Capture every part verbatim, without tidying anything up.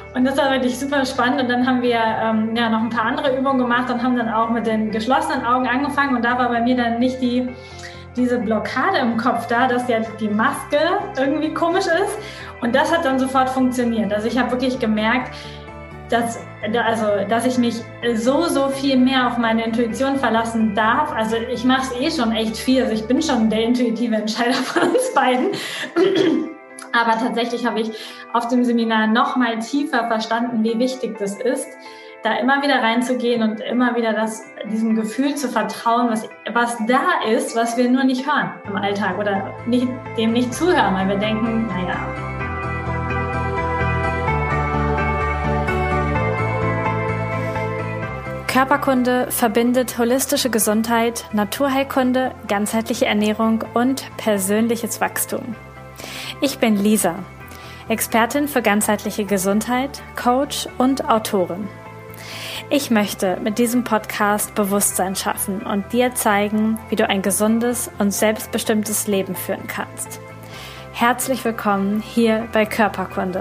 Und das war wirklich super spannend. Und dann haben wir ähm, ja, noch ein paar andere Übungen gemacht und haben dann auch mit den geschlossenen Augen angefangen. Und da war bei mir dann nicht die, diese Blockade im Kopf da, dass ja die Maske irgendwie komisch ist. Und das hat dann sofort funktioniert. Also ich habe wirklich gemerkt, dass, also, dass ich mich so, so viel mehr auf meine Intuition verlassen darf. Also ich mache es eh schon echt viel. Also ich bin schon der intuitive Entscheider von uns beiden. Aber tatsächlich habe ich auf dem Seminar noch mal tiefer verstanden, wie wichtig das ist, da immer wieder reinzugehen und immer wieder das, diesem Gefühl zu vertrauen, was, was da ist, was wir nur nicht hören im Alltag oder nicht, dem nicht zuhören, weil wir denken, naja. Körperkunde verbindet holistische Gesundheit, Naturheilkunde, ganzheitliche Ernährung und persönliches Wachstum. Ich bin Lisa, Expertin für ganzheitliche Gesundheit, Coach und Autorin. Ich möchte mit diesem Podcast Bewusstsein schaffen und dir zeigen, wie du ein gesundes und selbstbestimmtes Leben führen kannst. Herzlich willkommen hier bei Körperkunde.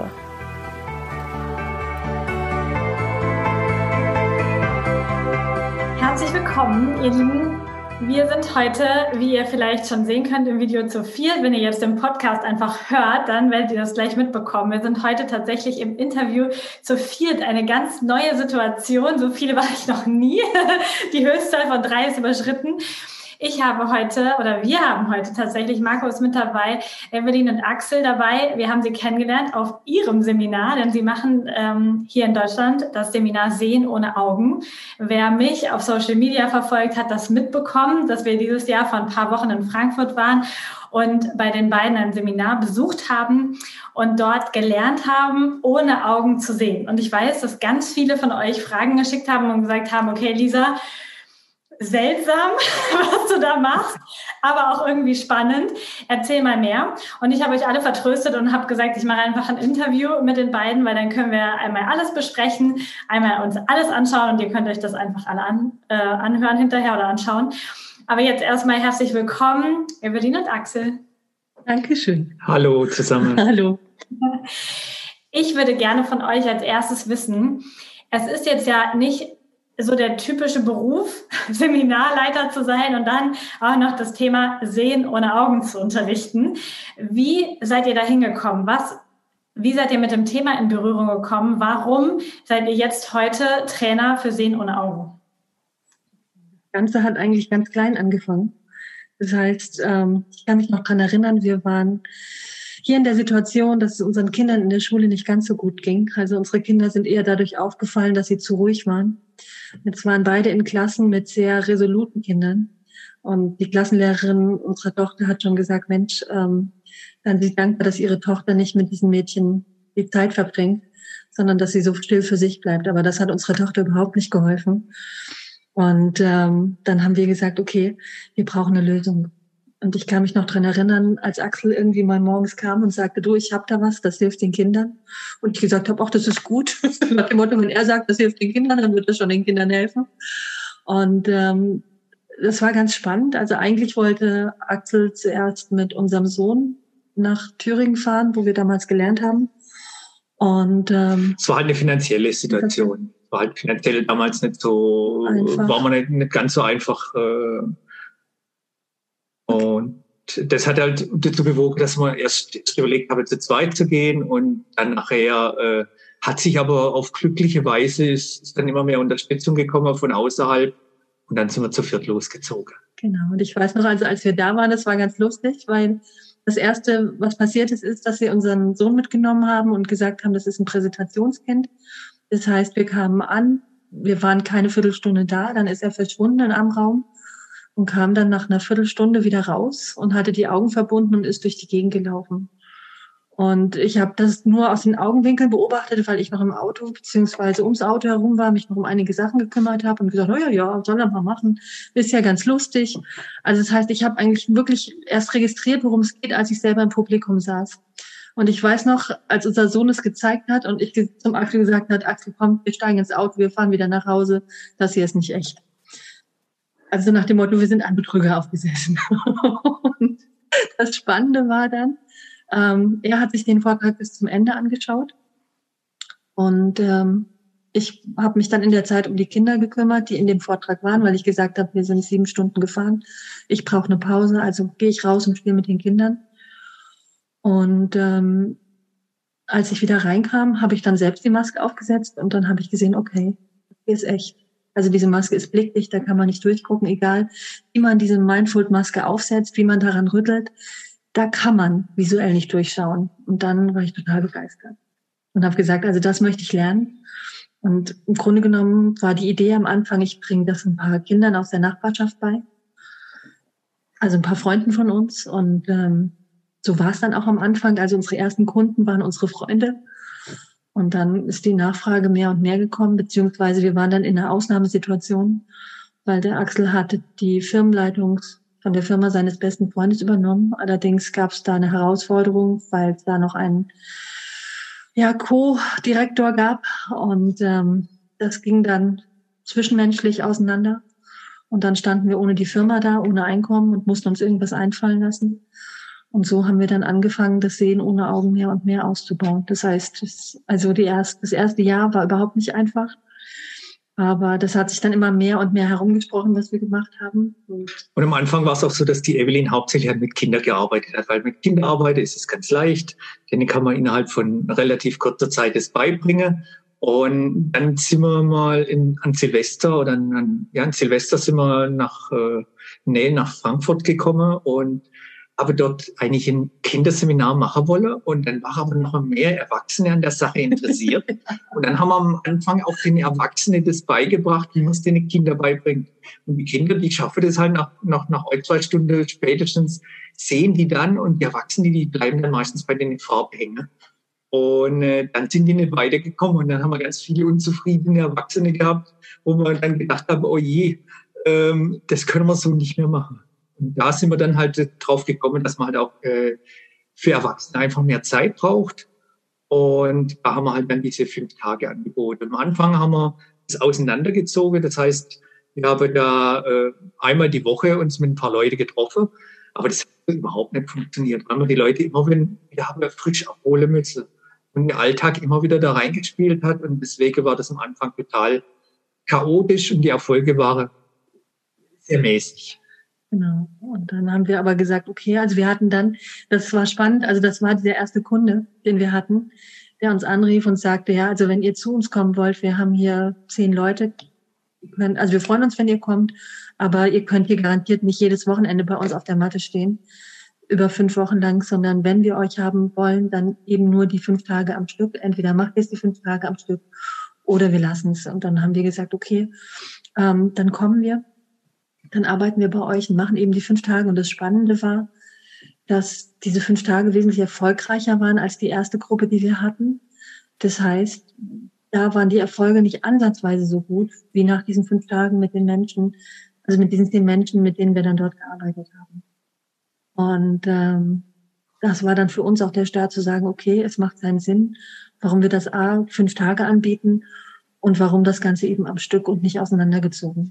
Herzlich willkommen, ihr Lieben. Wir sind heute, wie ihr vielleicht schon sehen könnt, im Video zu viert. Wenn ihr jetzt den Podcast einfach hört, dann werdet ihr das gleich mitbekommen. Wir sind heute tatsächlich im Interview zu viert. Eine ganz neue Situation. So viele war ich noch nie. Die Höchstzahl von drei ist überschritten. Ich habe heute, oder wir haben heute tatsächlich, Marco ist mit dabei, Evelyn und Axel dabei. Wir haben sie kennengelernt auf ihrem Seminar, denn sie machen ähm, hier in Deutschland das Seminar Sehen ohne Augen. Wer mich auf Social Media verfolgt, hat das mitbekommen, dass wir dieses Jahr vor ein paar Wochen in Frankfurt waren und bei den beiden ein Seminar besucht haben und dort gelernt haben, ohne Augen zu sehen. Und ich weiß, dass ganz viele von euch Fragen geschickt haben und gesagt haben, okay, Lisa, seltsam, was du da machst, aber auch irgendwie spannend. Erzähl mal mehr. Und ich habe euch alle vertröstet und habe gesagt, ich mache einfach ein Interview mit den beiden, weil dann können wir einmal alles besprechen, einmal uns alles anschauen und ihr könnt euch das einfach alle an, äh, anhören hinterher oder anschauen. Aber jetzt erstmal herzlich willkommen, Evelyn und Axel. Dankeschön. Hallo zusammen. Hallo. Ich würde gerne von euch als erstes wissen, es ist jetzt ja nicht so der typische Beruf, Seminarleiter zu sein und dann auch noch das Thema Sehen ohne Augen zu unterrichten. Wie seid ihr da hingekommen? Was, wie seid ihr mit dem Thema in Berührung gekommen? Warum seid ihr jetzt heute Trainer für Sehen ohne Augen? Das Ganze hat eigentlich ganz klein angefangen. Das heißt, ich kann mich noch dran erinnern, wir waren hier in der Situation, dass es unseren Kindern in der Schule nicht ganz so gut ging. Also unsere Kinder sind eher dadurch aufgefallen, dass sie zu ruhig waren. Jetzt waren beide in Klassen mit sehr resoluten Kindern. Und die Klassenlehrerin unserer Tochter hat schon gesagt, Mensch, ähm, dann sind sie dankbar, dass ihre Tochter nicht mit diesen Mädchen die Zeit verbringt, sondern dass sie so still für sich bleibt. Aber das hat unserer Tochter überhaupt nicht geholfen. Und ähm, dann haben wir gesagt, okay, wir brauchen eine Lösung. Und ich kann mich noch dran erinnern, als Axel irgendwie mal morgens kam und sagte, du, ich hab da was, das hilft den Kindern. Und ich gesagt habe, ach, das ist gut. Nach dem Motto, wenn er sagt, das hilft den Kindern, dann wird das schon den Kindern helfen. Und ähm, das war ganz spannend. Also eigentlich wollte Axel zuerst mit unserem Sohn nach Thüringen fahren, wo wir damals gelernt haben. Und ähm, es war halt eine finanzielle Situation. Es war halt finanziell damals nicht so, einfach. war man nicht, nicht ganz so einfach. Äh, Und das hat halt dazu bewogen, dass man erst überlegt habe, zu zweit zu gehen und dann nachher äh, hat sich aber auf glückliche Weise ist, ist dann immer mehr Unterstützung gekommen von außerhalb und dann sind wir zu viert losgezogen. Genau, und ich weiß noch, also als wir da waren, das war ganz lustig, weil das Erste, was passiert ist, ist, dass wir unseren Sohn mitgenommen haben und gesagt haben, das ist ein Präsentationskind. Das heißt, wir kamen an, wir waren keine Viertelstunde da, dann ist er verschwunden am Raum. Und kam dann nach einer Viertelstunde wieder raus und hatte die Augen verbunden und ist durch die Gegend gelaufen. Und ich habe das nur aus den Augenwinkeln beobachtet, weil ich noch im Auto beziehungsweise ums Auto herum war, mich noch um einige Sachen gekümmert habe und gesagt, oh ja, ja, soll er mal machen, ist ja ganz lustig. Also das heißt, ich habe eigentlich wirklich erst registriert, worum es geht, als ich selber im Publikum saß. Und ich weiß noch, als unser Sohn es gezeigt hat und ich zum Axel gesagt hat, Axel, komm, wir steigen ins Auto, wir fahren wieder nach Hause, das hier ist nicht echt. Also nach dem Motto, wir sind an Betrüger aufgesessen. Und das Spannende war dann, ähm, er hat sich den Vortrag bis zum Ende angeschaut Und ähm, ich habe mich dann in der Zeit um die Kinder gekümmert, die in dem Vortrag waren, weil ich gesagt habe, wir sind sieben Stunden gefahren. Ich brauche eine Pause, also gehe ich raus und spiele mit den Kindern. Und ähm, als ich wieder reinkam, habe ich dann selbst die Maske aufgesetzt und dann habe ich gesehen, okay, die ist echt. Also diese Maske ist blickdicht, da kann man nicht durchgucken, egal wie man diese Mindfold-Maske aufsetzt, wie man daran rüttelt, da kann man visuell nicht durchschauen. Und dann war ich total begeistert und habe gesagt, also das möchte ich lernen. Und im Grunde genommen war die Idee am Anfang, ich bringe das ein paar Kindern aus der Nachbarschaft bei, also ein paar Freunden von uns. Und ähm, so war es dann auch am Anfang. Also unsere ersten Kunden waren unsere Freunde. Und dann ist die Nachfrage mehr und mehr gekommen, beziehungsweise wir waren dann in einer Ausnahmesituation, weil der Axel hatte die Firmenleitung von der Firma seines besten Freundes übernommen. Allerdings gab es da eine Herausforderung, weil es da noch einen ja, Co-Direktor gab. Und ähm, das ging dann zwischenmenschlich auseinander. Und dann standen wir ohne die Firma da, ohne Einkommen und mussten uns irgendwas einfallen lassen. Und so haben wir dann angefangen, das Sehen ohne Augen mehr und mehr auszubauen. Das heißt, das, also die erst, das erste Jahr war überhaupt nicht einfach. Aber das hat sich dann immer mehr und mehr herumgesprochen, was wir gemacht haben. Und, und am Anfang war es auch so, dass die Evelyn hauptsächlich halt mit Kindern gearbeitet hat. Weil mit Kinderarbeit ist es ganz leicht. Denen kann man innerhalb von relativ kurzer Zeit das beibringen. Und dann sind wir mal in, an Silvester oder an, ja, an Silvester sind wir nach, äh, Nähe nach Frankfurt gekommen und aber dort eigentlich ein Kinderseminar machen wollen. Und dann waren aber noch mehr Erwachsene an der Sache interessiert. Und dann haben wir am Anfang auch den Erwachsenen das beigebracht, wie man es den Kindern beibringt. Und die Kinder, die schaffen das halt nach, nach, nach ein, zwei Stunden spätestens, sehen die dann. Und die Erwachsenen, die bleiben dann meistens bei den Farben hängen. Und äh, dann sind die nicht weitergekommen. Und dann haben wir ganz viele unzufriedene Erwachsene gehabt, wo wir dann gedacht haben, oh je, ähm, das können wir so nicht mehr machen. Und da sind wir dann halt drauf gekommen, dass man halt auch äh, für Erwachsene einfach mehr Zeit braucht. Und da haben wir halt dann diese fünf Tage angeboten. Am Anfang haben wir das auseinandergezogen. Das heißt, wir haben da äh, einmal die Woche uns mit ein paar Leuten getroffen. Aber das hat überhaupt nicht funktioniert, weil wir die Leute immer wieder haben wir frisch abholen müssen. Und der Alltag immer wieder da reingespielt hat. Und deswegen war das am Anfang total chaotisch und die Erfolge waren sehr mäßig. Genau. Und dann haben wir aber gesagt, okay, also wir hatten dann, das war spannend, also das war der erste Kunde, den wir hatten, der uns anrief und sagte, ja, also wenn ihr zu uns kommen wollt, wir haben hier zehn Leute, also wir freuen uns, wenn ihr kommt, aber ihr könnt hier garantiert nicht jedes Wochenende bei uns auf der Matte stehen, über fünf Wochen lang, sondern wenn wir euch haben wollen, dann eben nur die fünf Tage am Stück. Entweder macht ihr es die fünf Tage am Stück oder wir lassen es. Und dann haben wir gesagt, okay, ähm, dann kommen wir. Dann arbeiten wir bei euch und machen eben die fünf Tage. Und das Spannende war, dass diese fünf Tage wesentlich erfolgreicher waren als die erste Gruppe, die wir hatten. Das heißt, da waren die Erfolge nicht ansatzweise so gut wie nach diesen fünf Tagen mit den Menschen, also mit diesen zehn Menschen, mit denen wir dann dort gearbeitet haben. Und ähm, das war dann für uns auch der Start zu sagen, okay, es macht seinen Sinn, warum wir das A fünf Tage anbieten und warum das Ganze eben am Stück und nicht auseinandergezogen.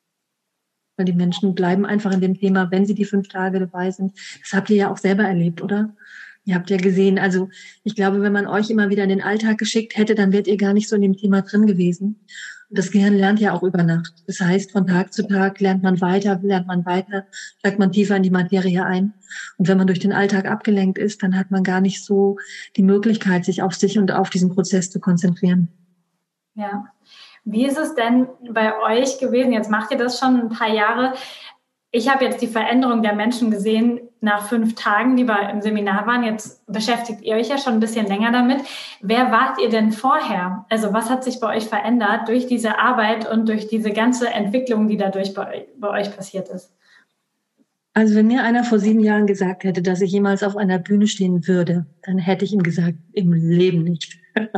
Weil die Menschen bleiben einfach in dem Thema, wenn sie die fünf Tage dabei sind. Das habt ihr ja auch selber erlebt, oder? Ihr habt ja gesehen, also ich glaube, wenn man euch immer wieder in den Alltag geschickt hätte, dann wärt ihr gar nicht so in dem Thema drin gewesen. Und das Gehirn lernt ja auch über Nacht. Das heißt, von Tag zu Tag lernt man weiter, lernt man weiter, steigt man tiefer in die Materie ein. Und wenn man durch den Alltag abgelenkt ist, dann hat man gar nicht so die Möglichkeit, sich auf sich und auf diesen Prozess zu konzentrieren. Ja. Wie ist es denn bei euch gewesen? Jetzt macht ihr das schon ein paar Jahre. Ich habe jetzt die Veränderung der Menschen gesehen nach fünf Tagen, die wir im Seminar waren. Jetzt beschäftigt ihr euch ja schon ein bisschen länger damit. Wer wart ihr denn vorher? Also was hat sich bei euch verändert durch diese Arbeit und durch diese ganze Entwicklung, die dadurch bei, bei euch passiert ist? Also wenn mir einer vor sieben Jahren gesagt hätte, dass ich jemals auf einer Bühne stehen würde, dann hätte ich ihm gesagt, im Leben nicht.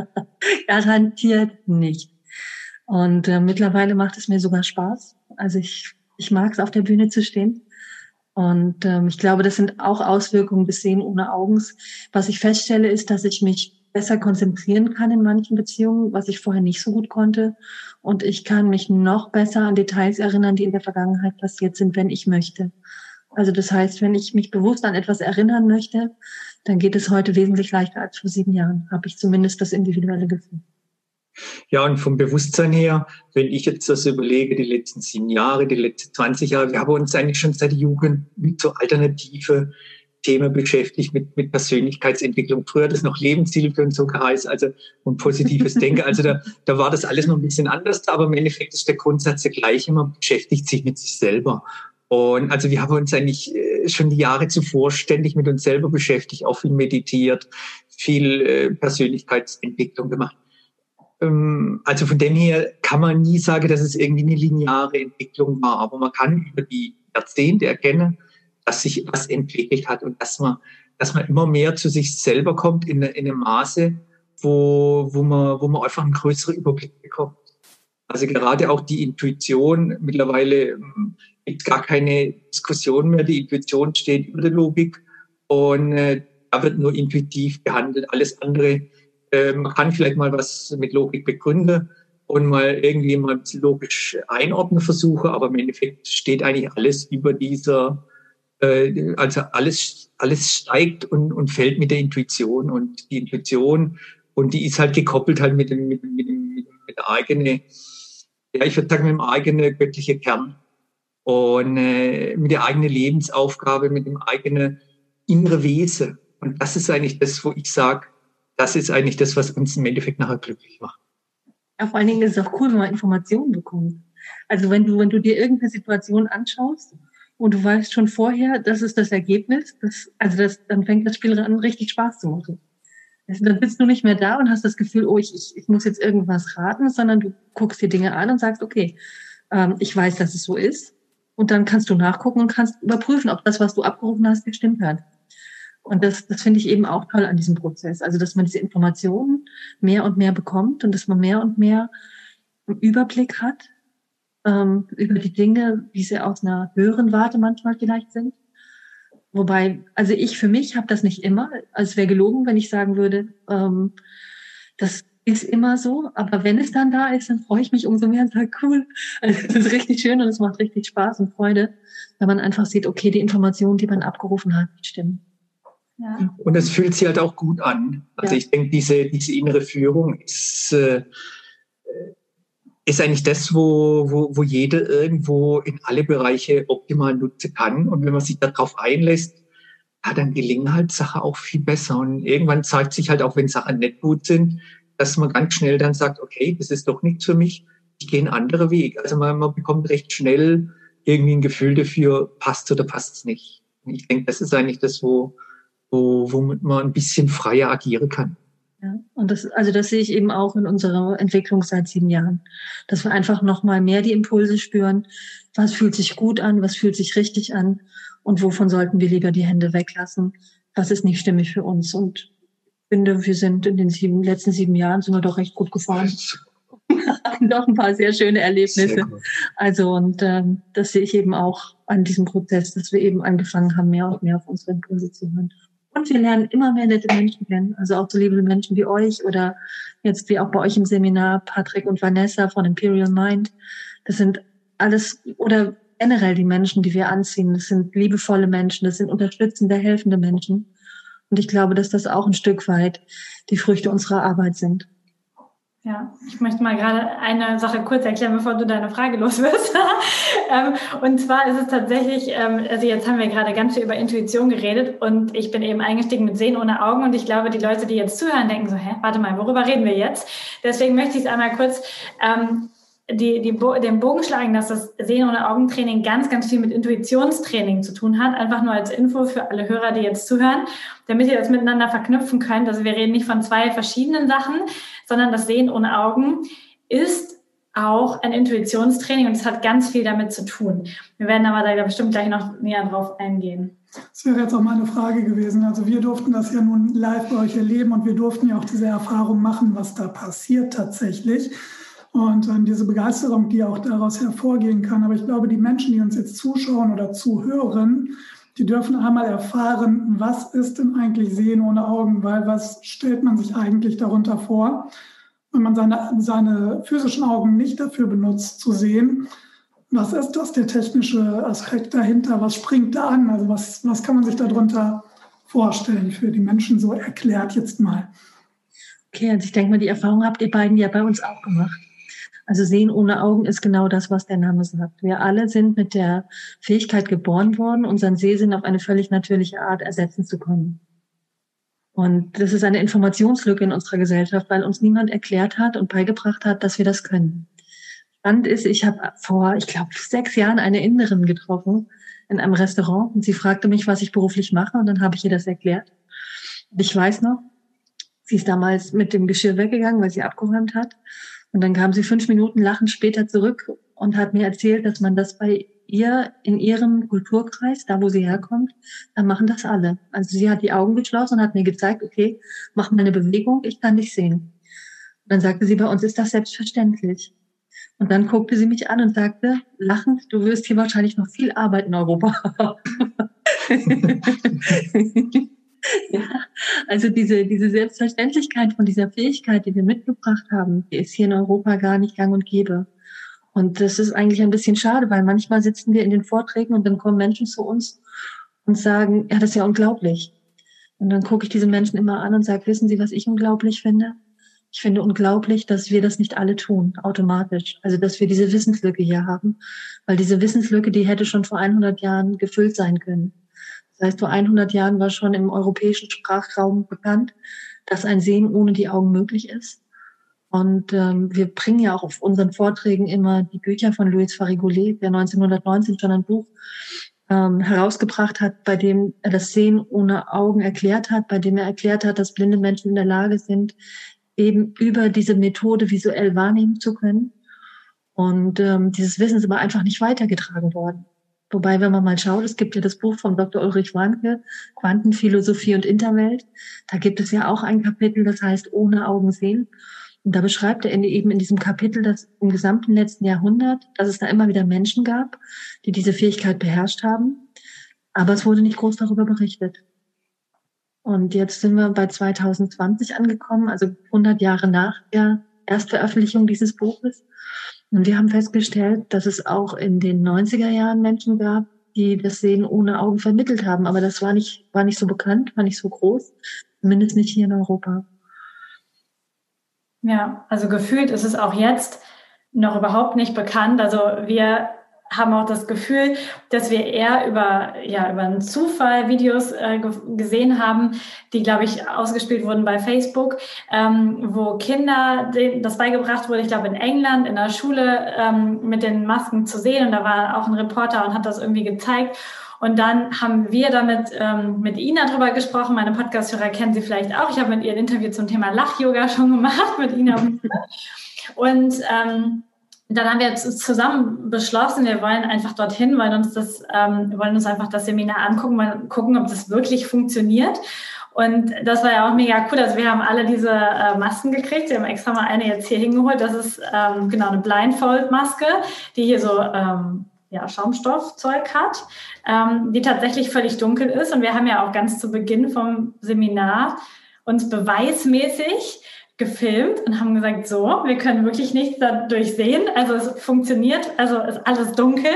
Garantiert nicht. Und äh, mittlerweile macht es mir sogar Spaß. Also ich, ich mag es, auf der Bühne zu stehen. Und ähm, ich glaube, das sind auch Auswirkungen des Sehen ohne Augens. Was ich feststelle, ist, dass ich mich besser konzentrieren kann in manchen Beziehungen, was ich vorher nicht so gut konnte. Und ich kann mich noch besser an Details erinnern, die in der Vergangenheit passiert sind, wenn ich möchte. Also das heißt, wenn ich mich bewusst an etwas erinnern möchte, dann geht es heute wesentlich leichter als vor sieben Jahren, habe ich zumindest das individuelle Gefühl. Ja, und vom Bewusstsein her, wenn ich jetzt das überlege, die letzten sieben Jahre, die letzten zwanzig Jahre, wir haben uns eigentlich schon seit der Jugend mit so alternative Themen beschäftigt, mit, mit Persönlichkeitsentwicklung. Früher hat das noch Lebenshilfe und so geheißen, also und positives Denken. Also da, da war das alles noch ein bisschen anders, aber im Endeffekt ist der Grundsatz der gleiche, man beschäftigt sich mit sich selber. Und also wir haben uns eigentlich schon die Jahre zuvor ständig mit uns selber beschäftigt, auch viel meditiert, viel äh, Persönlichkeitsentwicklung gemacht. Ähm, also von dem her kann man nie sagen, dass es irgendwie eine lineare Entwicklung war, aber man kann über die Jahrzehnte erkennen, dass sich was entwickelt hat und dass man, dass man immer mehr zu sich selber kommt in, in einem Maße, wo, wo man, wo man einfach einen größeren Überblick bekommt. Also gerade auch die Intuition, mittlerweile gibt es gar keine Diskussion mehr, die Intuition steht über der Logik und äh, da wird nur intuitiv gehandelt. Alles andere, äh, man kann vielleicht mal was mit Logik begründen und mal irgendwie mal ein bisschen logisch einordnen versuchen, aber im Endeffekt steht eigentlich alles über dieser, äh, also alles, alles steigt und, und fällt mit der Intuition und die Intuition und die ist halt gekoppelt halt mit dem, mit dem, mit dem, mit der eigenen, ja, ich würde sagen, mit dem eigenen göttlichen Kern und äh, mit der eigenen Lebensaufgabe, mit dem eigenen inneren Wesen. Und das ist eigentlich das, wo ich sage, das ist eigentlich das, was uns im Endeffekt nachher glücklich macht. Ja, vor allen Dingen ist es auch cool, wenn man Informationen bekommt. Also wenn du, wenn du dir irgendeine Situation anschaust und du weißt schon vorher, das ist das Ergebnis, das, also das, dann fängt das Spiel an, richtig Spaß zu machen. Also dann bist du nicht mehr da und hast das Gefühl, oh, ich, ich, ich muss jetzt irgendwas raten, sondern du guckst dir Dinge an und sagst, okay, ähm, ich weiß, dass es so ist. Und dann kannst du nachgucken und kannst überprüfen, ob das, was du abgerufen hast, gestimmt hat. Und das, das finde ich eben auch toll an diesem Prozess. Also, dass man diese Informationen mehr und mehr bekommt und dass man mehr und mehr einen Überblick hat ähm, über die Dinge, wie sie aus einer höheren Warte manchmal vielleicht sind. Wobei, also ich für mich habe das nicht immer. Also es wäre gelogen, wenn ich sagen würde, ähm, das ist immer so. Aber wenn es dann da ist, dann freue ich mich umso mehr und sage, cool, also das ist richtig schön und es macht richtig Spaß und Freude, wenn man einfach sieht, okay, die Informationen, die man abgerufen hat, die stimmen. Ja. Und es fühlt sich halt auch gut an. Also ja. Ich denke, diese, diese innere Führung ist, äh, ist eigentlich das, wo, wo, wo jeder irgendwo in alle Bereiche optimal nutzen kann. Und wenn man sich darauf einlässt, ja, dann gelingen halt Sachen auch viel besser. Und irgendwann zeigt sich halt auch, wenn Sachen nicht gut sind, dass man ganz schnell dann sagt, okay, das ist doch nichts für mich, ich gehe einen anderen Weg. Also man, man bekommt recht schnell irgendwie ein Gefühl dafür, passt oder passt es nicht. Und ich denke, das ist eigentlich das, wo, wo, womit man ein bisschen freier agieren kann. Ja, und das, also das sehe ich eben auch in unserer Entwicklung seit sieben Jahren, dass wir einfach noch mal mehr die Impulse spüren. Was fühlt sich gut an? Was fühlt sich richtig an? Und wovon sollten wir lieber die Hände weglassen? Was ist nicht stimmig für uns? Und ich finde, wir sind in den sieben, letzten sieben Jahren sind wir doch recht gut gefahren. Hatten doch ein paar sehr schöne Erlebnisse. Sehr also, und ähm, das sehe ich eben auch an diesem Prozess, dass wir eben angefangen haben, mehr und mehr auf unsere Impulse zu hören. Und wir lernen immer mehr nette Menschen kennen, also auch so liebe Menschen wie euch oder jetzt wie auch bei euch im Seminar Patrick und Vanessa von Imperial Mind. Das sind alles, oder generell die Menschen, die wir anziehen, das sind liebevolle Menschen, das sind unterstützende, helfende Menschen. Und ich glaube, dass das auch ein Stück weit die Früchte unserer Arbeit sind. Ja, ich möchte mal gerade eine Sache kurz erklären, bevor du deine Frage los wirst. Und zwar ist es tatsächlich, also jetzt haben wir gerade ganz viel über Intuition geredet und ich bin eben eingestiegen mit Sehen ohne Augen und ich glaube, die Leute, die jetzt zuhören, denken so, hä, warte mal, worüber reden wir jetzt? Deswegen möchte ich es einmal kurz ähm, die, die, den Bogen schlagen, dass das Sehen ohne Augen-Training ganz, ganz viel mit Intuitionstraining zu tun hat. Einfach nur als Info für alle Hörer, die jetzt zuhören, damit ihr das miteinander verknüpfen könnt. Also wir reden nicht von zwei verschiedenen Sachen, sondern das Sehen ohne Augen ist auch ein Intuitionstraining und es hat ganz viel damit zu tun. Wir werden aber da bestimmt gleich noch näher drauf eingehen. Das wäre jetzt auch meine Frage gewesen. Also wir durften das ja nun live bei euch erleben und wir durften ja auch diese Erfahrung machen, was da passiert tatsächlich. Und ähm, diese Begeisterung, die auch daraus hervorgehen kann. Aber ich glaube, die Menschen, die uns jetzt zuschauen oder zuhören, die dürfen einmal erfahren, was ist denn eigentlich Sehen ohne Augen? Weil was stellt man sich eigentlich darunter vor, wenn man seine, seine physischen Augen nicht dafür benutzt zu sehen? Was ist das, der technische Aspekt dahinter? Was springt da an? Also was, was kann man sich darunter vorstellen für die Menschen so erklärt jetzt mal? Okay, also ich denke mal, die Erfahrung habt ihr beiden ja bei uns auch gemacht. Also Sehen ohne Augen ist genau das, was der Name sagt. Wir alle sind mit der Fähigkeit geboren worden, unseren Sehsinn auf eine völlig natürliche Art ersetzen zu können. Und das ist eine Informationslücke in unserer Gesellschaft, weil uns niemand erklärt hat und beigebracht hat, dass wir das können. Spannend ist, ich habe vor, ich glaube, sechs Jahren eine Inderin getroffen in einem Restaurant und sie fragte mich, was ich beruflich mache, und dann habe ich ihr das erklärt. Und ich weiß noch, sie ist damals mit dem Geschirr weggegangen, weil sie abgeräumt hat. Und dann kam sie fünf Minuten lachend später zurück und hat mir erzählt, dass man das bei ihr in ihrem Kulturkreis, da wo sie herkommt, da machen das alle. Also sie hat die Augen geschlossen und hat mir gezeigt, okay, mach mal eine Bewegung, ich kann dich sehen. Und dann sagte sie, bei uns ist das selbstverständlich. Und dann guckte sie mich an und sagte, lachend, du wirst hier wahrscheinlich noch viel Arbeit in Europa haben. Ja, also diese, diese Selbstverständlichkeit von dieser Fähigkeit, die wir mitgebracht haben, die ist hier in Europa gar nicht gang und gäbe. Und das ist eigentlich ein bisschen schade, weil manchmal sitzen wir in den Vorträgen und dann kommen Menschen zu uns und sagen, ja, das ist ja unglaublich. Und dann gucke ich diese Menschen immer an und sage, wissen Sie, was ich unglaublich finde? Ich finde unglaublich, dass wir das nicht alle tun, automatisch. Also, dass wir diese Wissenslücke hier haben. Weil diese Wissenslücke, die hätte schon vor hundert Jahren gefüllt sein können. Das heißt, vor hundert Jahren war schon im europäischen Sprachraum bekannt, dass ein Sehen ohne die Augen möglich ist. Und ähm, wir bringen ja auch auf unseren Vorträgen immer die Bücher von Louis Farigoulet, der neunzehnhundertneunzehn schon ein Buch ähm, herausgebracht hat, bei dem er das Sehen ohne Augen erklärt hat, bei dem er erklärt hat, dass blinde Menschen in der Lage sind, eben über diese Methode visuell wahrnehmen zu können. Und ähm, dieses Wissen ist aber einfach nicht weitergetragen worden. Wobei, wenn man mal schaut, es gibt ja das Buch von Doktor Ulrich Warnke, Quantenphilosophie und Interwelt. Da gibt es ja auch ein Kapitel, das heißt ohne Augen sehen. Und da beschreibt er eben in diesem Kapitel, dass im gesamten letzten Jahrhundert, dass es da immer wieder Menschen gab, die diese Fähigkeit beherrscht haben. Aber es wurde nicht groß darüber berichtet. Und jetzt sind wir bei zwanzig zwanzig angekommen, also hundert Jahre nach der Erstveröffentlichung dieses Buches. Und wir haben festgestellt, dass es auch in den neunziger Jahren Menschen gab, die das Sehen ohne Augen vermittelt haben. Aber das war nicht, war nicht so bekannt, war nicht so groß, zumindest nicht hier in Europa. Ja, also gefühlt ist es auch jetzt noch überhaupt nicht bekannt. Also wir haben auch das Gefühl, dass wir eher über ja über einen Zufall Videos äh, ge- gesehen haben, die, glaube ich, ausgespielt wurden bei Facebook, ähm, wo Kinder denen das beigebracht wurde, ich glaube in England, in der Schule ähm, mit den Masken zu sehen. Und da war auch ein Reporter und hat das irgendwie gezeigt. Und dann haben wir damit ähm, mit Ina drüber gesprochen. Meine Podcast-Hörer kennen sie vielleicht auch. Ich habe mit ihr ein Interview zum Thema Lach-Yoga schon gemacht mit Ina. Und ähm, dann haben wir jetzt zusammen beschlossen, wir wollen einfach dorthin, wollen uns das, ähm, wollen uns einfach das Seminar angucken, mal gucken, ob das wirklich funktioniert. Und das war ja auch mega cool. Also wir haben alle diese äh, Masken gekriegt. Wir haben extra mal eine jetzt hier hingeholt. Das ist ähm, genau eine Blindfold-Maske, die hier so ähm, ja, Schaumstoffzeug hat, ähm, die tatsächlich völlig dunkel ist. Und wir haben ja auch ganz zu Beginn vom Seminar uns beweismäßig gefilmt und haben gesagt, so, wir können wirklich nichts dadurch sehen. Also es funktioniert, also ist alles dunkel.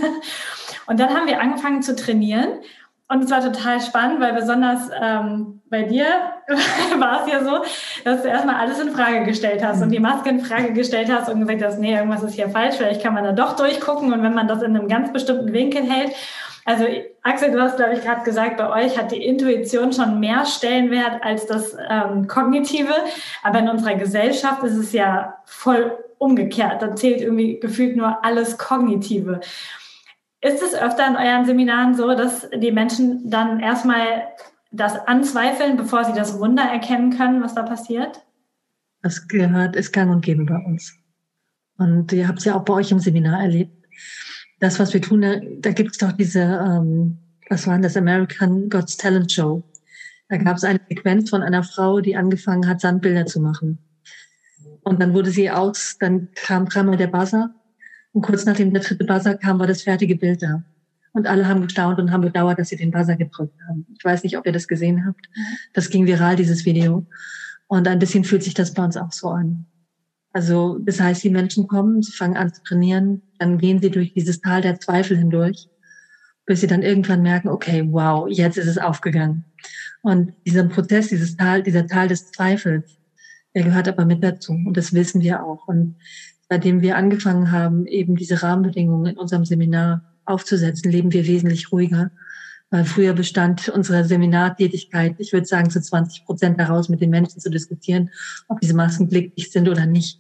Und dann haben wir angefangen zu trainieren. Und es war total spannend, weil besonders ähm, bei dir war es ja so, dass du erstmal alles in Frage gestellt hast und die Maske in Frage gestellt hast und gesagt hast, nee, irgendwas ist hier falsch, vielleicht kann man da doch durchgucken. Und wenn man das in einem ganz bestimmten Winkel hält, also Axel, du hast, glaube ich, gerade gesagt, bei euch hat die Intuition schon mehr Stellenwert als das ähm, Kognitive. Aber in unserer Gesellschaft ist es ja voll umgekehrt. Da zählt irgendwie gefühlt nur alles Kognitive. Ist es öfter in euren Seminaren so, dass die Menschen dann erstmal das anzweifeln, bevor sie das Wunder erkennen können, was da passiert? Das gehört, ist gang und gäbe bei uns. Und ihr habt es ja auch bei euch im Seminar erlebt. Das, was wir tun, da, da gibt es doch diese, ähm, was war denn das, American Got Talent Show. Da gab es eine Sequenz von einer Frau, die angefangen hat, Sandbilder zu machen. Und dann wurde sie aus, dann kam dreimal der Buzzer. Und kurz nachdem der dritte Buzzer kam, war das fertige Bild da. Und alle haben gestaunt und haben bedauert, dass sie den Buzzer gedrückt haben. Ich weiß nicht, ob ihr das gesehen habt. Das ging viral, dieses Video. Und ein bisschen fühlt sich das bei uns auch so an. Also das heißt, die Menschen kommen, sie fangen an zu trainieren, dann gehen sie durch dieses Tal der Zweifel hindurch, bis sie dann irgendwann merken, okay, wow, jetzt ist es aufgegangen. Und dieser Prozess, dieses Tal, dieser Tal des Zweifels, Er gehört aber mit dazu und das wissen wir auch. Und seitdem wir angefangen haben, eben diese Rahmenbedingungen in unserem Seminar aufzusetzen, leben wir wesentlich ruhiger. Weil früher bestand unsere Seminartätigkeit, ich würde sagen, zu zwanzig Prozent daraus, mit den Menschen zu diskutieren, ob diese Masken blickdicht sind oder nicht.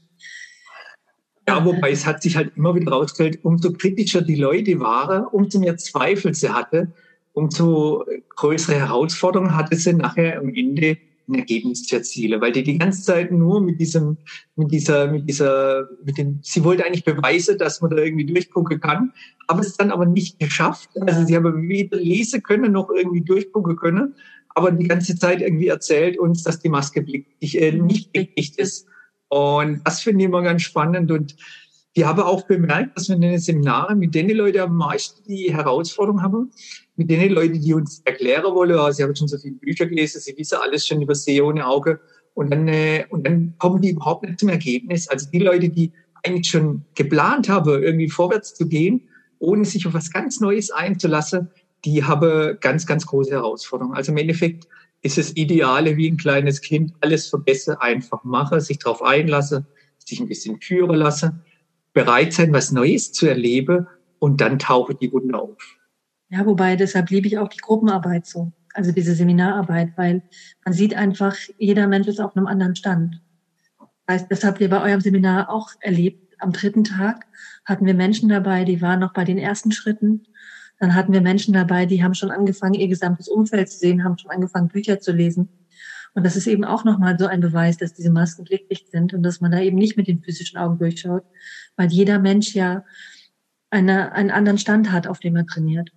Ja, wobei es hat sich halt immer wieder herausgestellt, umso kritischer die Leute waren, umso mehr Zweifel sie hatte, umso größere Herausforderungen hatte sie nachher am Ende ein Ergebnis zu erzielen, weil die die ganze Zeit nur mit diesem, mit dieser, mit dieser, mit dem, sie wollte eigentlich beweisen, dass man da irgendwie durchgucken kann, habe es dann aber nicht geschafft. Also sie haben weder lesen können noch irgendwie durchgucken können, aber die ganze Zeit irgendwie erzählt uns, dass die Maske blickdicht, äh, nicht blickdicht ist. Und das finde ich immer ganz spannend. Und ich habe auch bemerkt, dass wir in den Seminaren mit den Leuten am meisten die Herausforderung haben, mit den Leuten, die uns erklären wollen, oh, sie haben schon so viele Bücher gelesen, sie wissen alles schon über See ohne Auge. Und dann, äh, und dann kommen die überhaupt nicht zum Ergebnis. Also die Leute, die eigentlich schon geplant haben, irgendwie vorwärts zu gehen, ohne sich auf was ganz Neues einzulassen, die haben ganz, ganz große Herausforderungen. Also im Endeffekt ist es Ideale wie ein kleines Kind, alles vergessen, einfach machen, sich darauf einlassen, sich ein bisschen führen lassen, bereit sein, was Neues zu erleben und dann tauchen die Wunder auf. Ja, wobei deshalb liebe ich auch die Gruppenarbeit so, also diese Seminararbeit, weil man sieht einfach, jeder Mensch ist auf einem anderen Stand. Das heißt, das habt ihr bei eurem Seminar auch erlebt. Am dritten Tag hatten wir Menschen dabei, die waren noch bei den ersten Schritten. Dann hatten wir Menschen dabei, die haben schon angefangen, ihr gesamtes Umfeld zu sehen, haben schon angefangen, Bücher zu lesen. Und das ist eben auch nochmal so ein Beweis, dass diese Masken blickdicht sind und dass man da eben nicht mit den physischen Augen durchschaut, weil jeder Mensch ja eine, einen anderen Stand hat, auf dem er trainiert.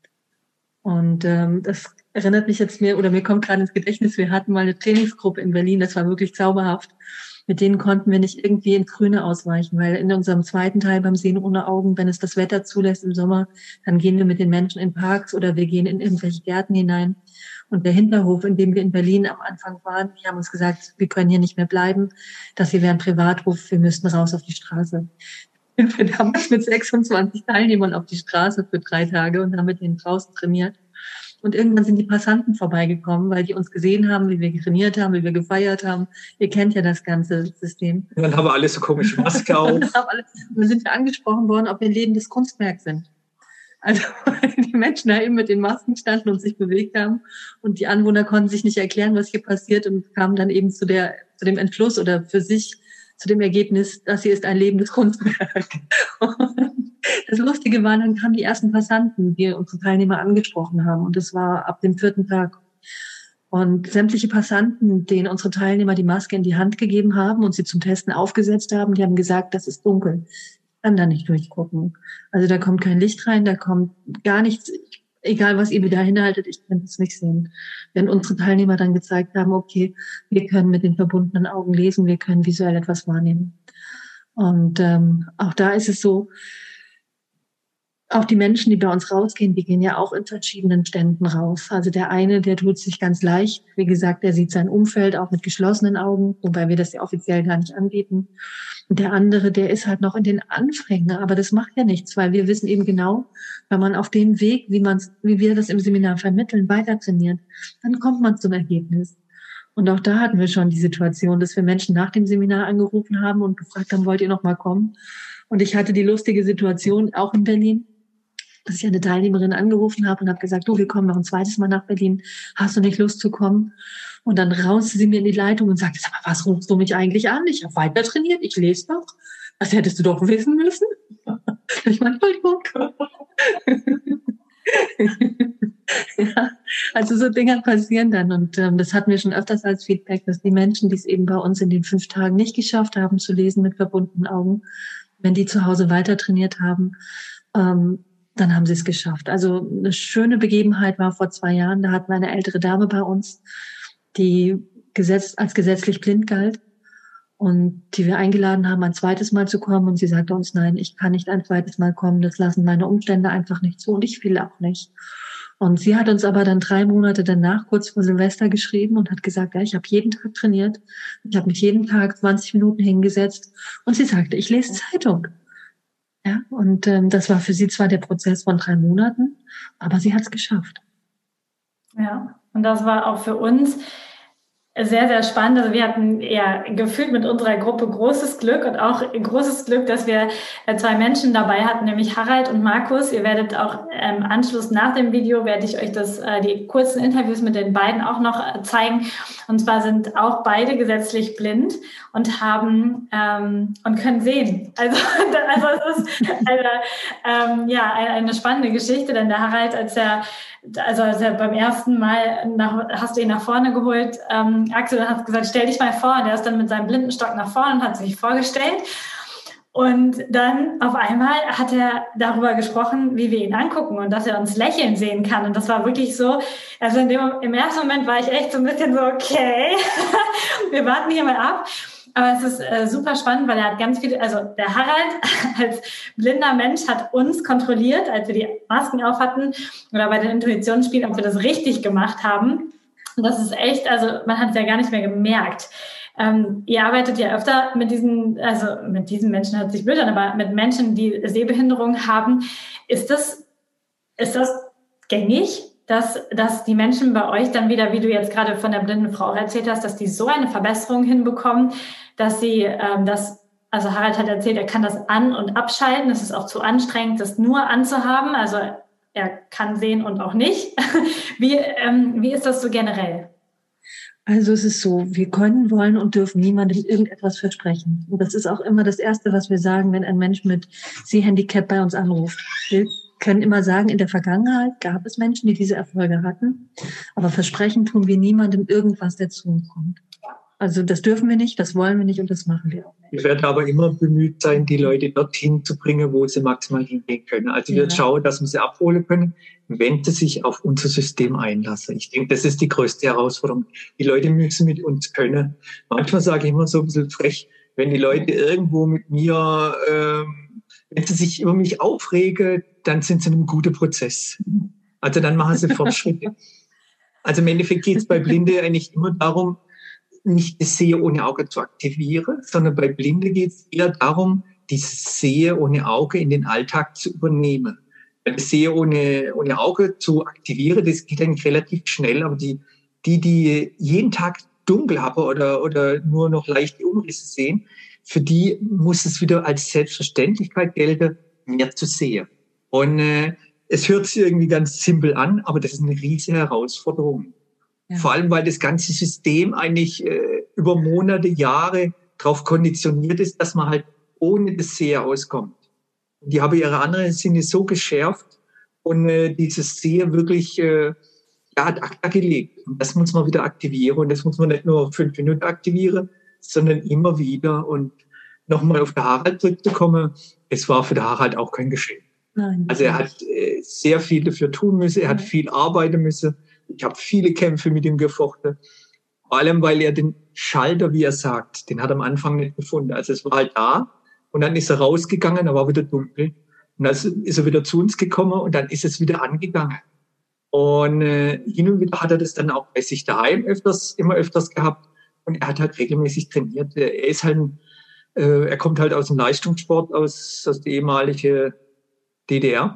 Und ähm, das erinnert mich jetzt mir, oder mir kommt gerade ins Gedächtnis, wir hatten mal eine Trainingsgruppe in Berlin, das war wirklich zauberhaft. Mit denen konnten wir nicht irgendwie ins Grüne ausweichen, weil in unserem zweiten Teil beim Sehen ohne Augen, wenn es das Wetter zulässt im Sommer, dann gehen wir mit den Menschen in Parks oder wir gehen in irgendwelche Gärten hinein. Und der Hinterhof, in dem wir in Berlin am Anfang waren, die haben uns gesagt, wir können hier nicht mehr bleiben, das hier wäre ein Privathof, wir müssten raus auf die Straße. Wir haben mit sechsundzwanzig Teilnehmern auf die Straße für drei Tage und haben mit denen draußen trainiert. Und irgendwann sind die Passanten vorbeigekommen, weil die uns gesehen haben, wie wir trainiert haben, wie wir gefeiert haben. Ihr kennt ja das ganze System. Und dann haben wir alle so komische Maske auf. Und dann sind wir angesprochen worden, ob wir ein lebendes Kunstwerk sind. Also die Menschen da eben mit den Masken standen und sich bewegt haben. Und die Anwohner konnten sich nicht erklären, was hier passiert und kamen dann eben zu der zu dem Entschluss oder für sich zu dem Ergebnis, das hier ist ein lebendes Kunstwerk. Das Lustige war, dann kamen die ersten Passanten, die unsere Teilnehmer angesprochen haben. Und das war ab dem vierten Tag. Und sämtliche Passanten, denen unsere Teilnehmer die Maske in die Hand gegeben haben und sie zum Testen aufgesetzt haben, die haben gesagt, das ist dunkel. Ich kann da nicht durchgucken. Also da kommt kein Licht rein, da kommt gar nichts. Egal, was ihr mir da hinhaltet, ich kann es nicht sehen. Wenn unsere Teilnehmer dann gezeigt haben, okay, wir können mit den verbundenen Augen lesen, wir können visuell etwas wahrnehmen. Und ähm, auch da ist es so, auch die Menschen, die bei uns rausgehen, die gehen ja auch in verschiedenen Ständen raus. Also der eine, der tut sich ganz leicht. Wie gesagt, der sieht sein Umfeld auch mit geschlossenen Augen, wobei wir das ja offiziell gar nicht anbieten. Und der andere, der ist halt noch in den Anfängen. Aber das macht ja nichts, weil wir wissen eben genau, wenn man auf dem Weg, wie man, wie wir das im Seminar vermitteln, weiter trainiert, dann kommt man zum Ergebnis. Und auch da hatten wir schon die Situation, dass wir Menschen nach dem Seminar angerufen haben und gefragt haben, wollt ihr noch mal kommen? Und ich hatte die lustige Situation auch in Berlin, dass ich eine Teilnehmerin angerufen habe und habe gesagt, du, wir kommen noch ein zweites Mal nach Berlin. Hast du nicht Lust zu kommen? Und dann raus sie mir in die Leitung und sagte, aber was rufst du mich eigentlich an? Ich habe weiter trainiert, ich lese doch. Das hättest du doch wissen müssen. Ich meine, Entschuldigung. Ja, also so Dinge passieren dann. Und ähm, das hatten wir schon öfters als Feedback, dass die Menschen, die es eben bei uns in den fünf Tagen nicht geschafft haben zu lesen mit verbundenen Augen, wenn die zu Hause weiter trainiert haben, ähm, dann haben sie es geschafft. Also eine schöne Begebenheit war vor zwei Jahren, da hatten wir eine ältere Dame bei uns, die gesetzt, als gesetzlich blind galt und die wir eingeladen haben, ein zweites Mal zu kommen. Und sie sagte uns, nein, ich kann nicht ein zweites Mal kommen, das lassen meine Umstände einfach nicht zu und ich will auch nicht. Und sie hat uns aber dann drei Monate danach, kurz vor Silvester, geschrieben und hat gesagt, ja, ich habe jeden Tag trainiert, ich habe mich jeden Tag zwanzig Minuten hingesetzt und sie sagte, ich lese Zeitung. Ja, und ähm, das war für sie zwar der Prozess von drei Monaten, aber sie hat es geschafft. Ja, und das war auch für uns sehr, sehr spannend. Also wir hatten ja gefühlt mit unserer Gruppe großes Glück und auch großes Glück, dass wir zwei Menschen dabei hatten, nämlich Harald und Markus. Ihr werdet auch im Anschluss nach dem Video, werde ich euch das, die kurzen Interviews mit den beiden auch noch zeigen. Und zwar sind auch beide gesetzlich blind und haben ähm, und können sehen. Also, also es ist eine, ähm, ja, eine spannende Geschichte, denn der Harald, als er Also, als er beim ersten Mal nach, hast du ihn nach vorne geholt, ähm, Axel, und hast gesagt, stell dich mal vor. Und er ist dann mit seinem Blindenstock nach vorne und hat sich vorgestellt. Und dann auf einmal hat er darüber gesprochen, wie wir ihn angucken und dass er uns lächeln sehen kann. Und das war wirklich so, also in dem, im ersten Moment war ich echt so ein bisschen so, okay, wir warten hier mal ab. Aber es ist äh, super spannend, weil er hat ganz viele, also der Harald als blinder Mensch hat uns kontrolliert, als wir die Masken auf hatten oder bei den Intuitionsspielen, ob wir das richtig gemacht haben. Und das ist echt, also man hat es ja gar nicht mehr gemerkt. Ähm, ihr arbeitet ja öfter mit diesen, also mit diesen Menschen, hört sich blöd an, aber mit Menschen, die Sehbehinderung haben. Ist das, ist das gängig? Dass, dass die Menschen bei euch dann wieder, wie du jetzt gerade von der blinden Frau erzählt hast, dass die so eine Verbesserung hinbekommen, dass sie ähm, das, also Harald hat erzählt, er kann das an- und abschalten. Es ist auch zu anstrengend, das nur anzuhaben. Also er kann sehen und auch nicht. Wie, ähm, wie ist das so generell? Also es ist so, wir können, wollen und dürfen niemandem irgendetwas versprechen. Und das ist auch immer das Erste, was wir sagen, wenn ein Mensch mit Sehhandicap bei uns anruft. Wir können immer sagen, in der Vergangenheit gab es Menschen, die diese Erfolge hatten, aber versprechen tun wir niemandem irgendwas, der zu uns kommt. Also das dürfen wir nicht, das wollen wir nicht und das machen wir auch nicht. Wir werden aber immer bemüht sein, die Leute dorthin zu bringen, wo sie maximal hingehen können. Also wir ja. schauen, dass wir sie abholen können, wenn sie sich auf unser System einlassen. Ich denke, das ist die größte Herausforderung. Die Leute müssen mit uns können. Manchmal sage ich immer so ein bisschen frech, wenn die Leute irgendwo mit mir, ähm, wenn sie sich über mich aufregen, dann sind sie in einem guten Prozess. Also dann machen sie Fortschritte. Also im Endeffekt geht es bei Blinde eigentlich immer darum, nicht das Sehen ohne Auge zu aktivieren, sondern bei Blinde geht es eher darum, dieses Sehen ohne Auge in den Alltag zu übernehmen. Weil das Sehen ohne, ohne Auge zu aktivieren, das geht eigentlich relativ schnell, aber die, die, die jeden Tag dunkel haben oder, oder nur noch leichte Umrisse sehen, für die muss es wieder als Selbstverständlichkeit gelten, mehr zu sehen. Und äh, es hört sich irgendwie ganz simpel an, aber das ist eine riesige Herausforderung. Ja. Vor allem, weil das ganze System eigentlich äh, über Monate, Jahre darauf konditioniert ist, dass man halt ohne das Sehen auskommt. Die haben ihre anderen Sinne so geschärft und äh, dieses Sehen wirklich äh, ja, ad acta gelegt. Und das muss man wieder aktivieren. Und das muss man nicht nur fünf Minuten aktivieren, sondern immer wieder. Und nochmal auf den Harald zurückzukommen, es war für den Harald auch kein Geschenk. Nein, also er hat äh, sehr viel dafür tun müssen, er hat viel arbeiten müssen. Ich habe viele Kämpfe mit ihm gefochten. Vor allem, weil er den Schalter, wie er sagt, den hat er am Anfang nicht gefunden. Also es war halt da und dann ist er rausgegangen, da war wieder dunkel. Und dann ist er wieder zu uns gekommen und dann ist es wieder angegangen. Und äh, hin und wieder hat er das dann auch bei sich daheim öfters, immer öfters gehabt. Und er hat halt regelmäßig trainiert. Er ist halt, äh, er kommt halt aus dem Leistungssport, aus, aus der ehemaligen D D R.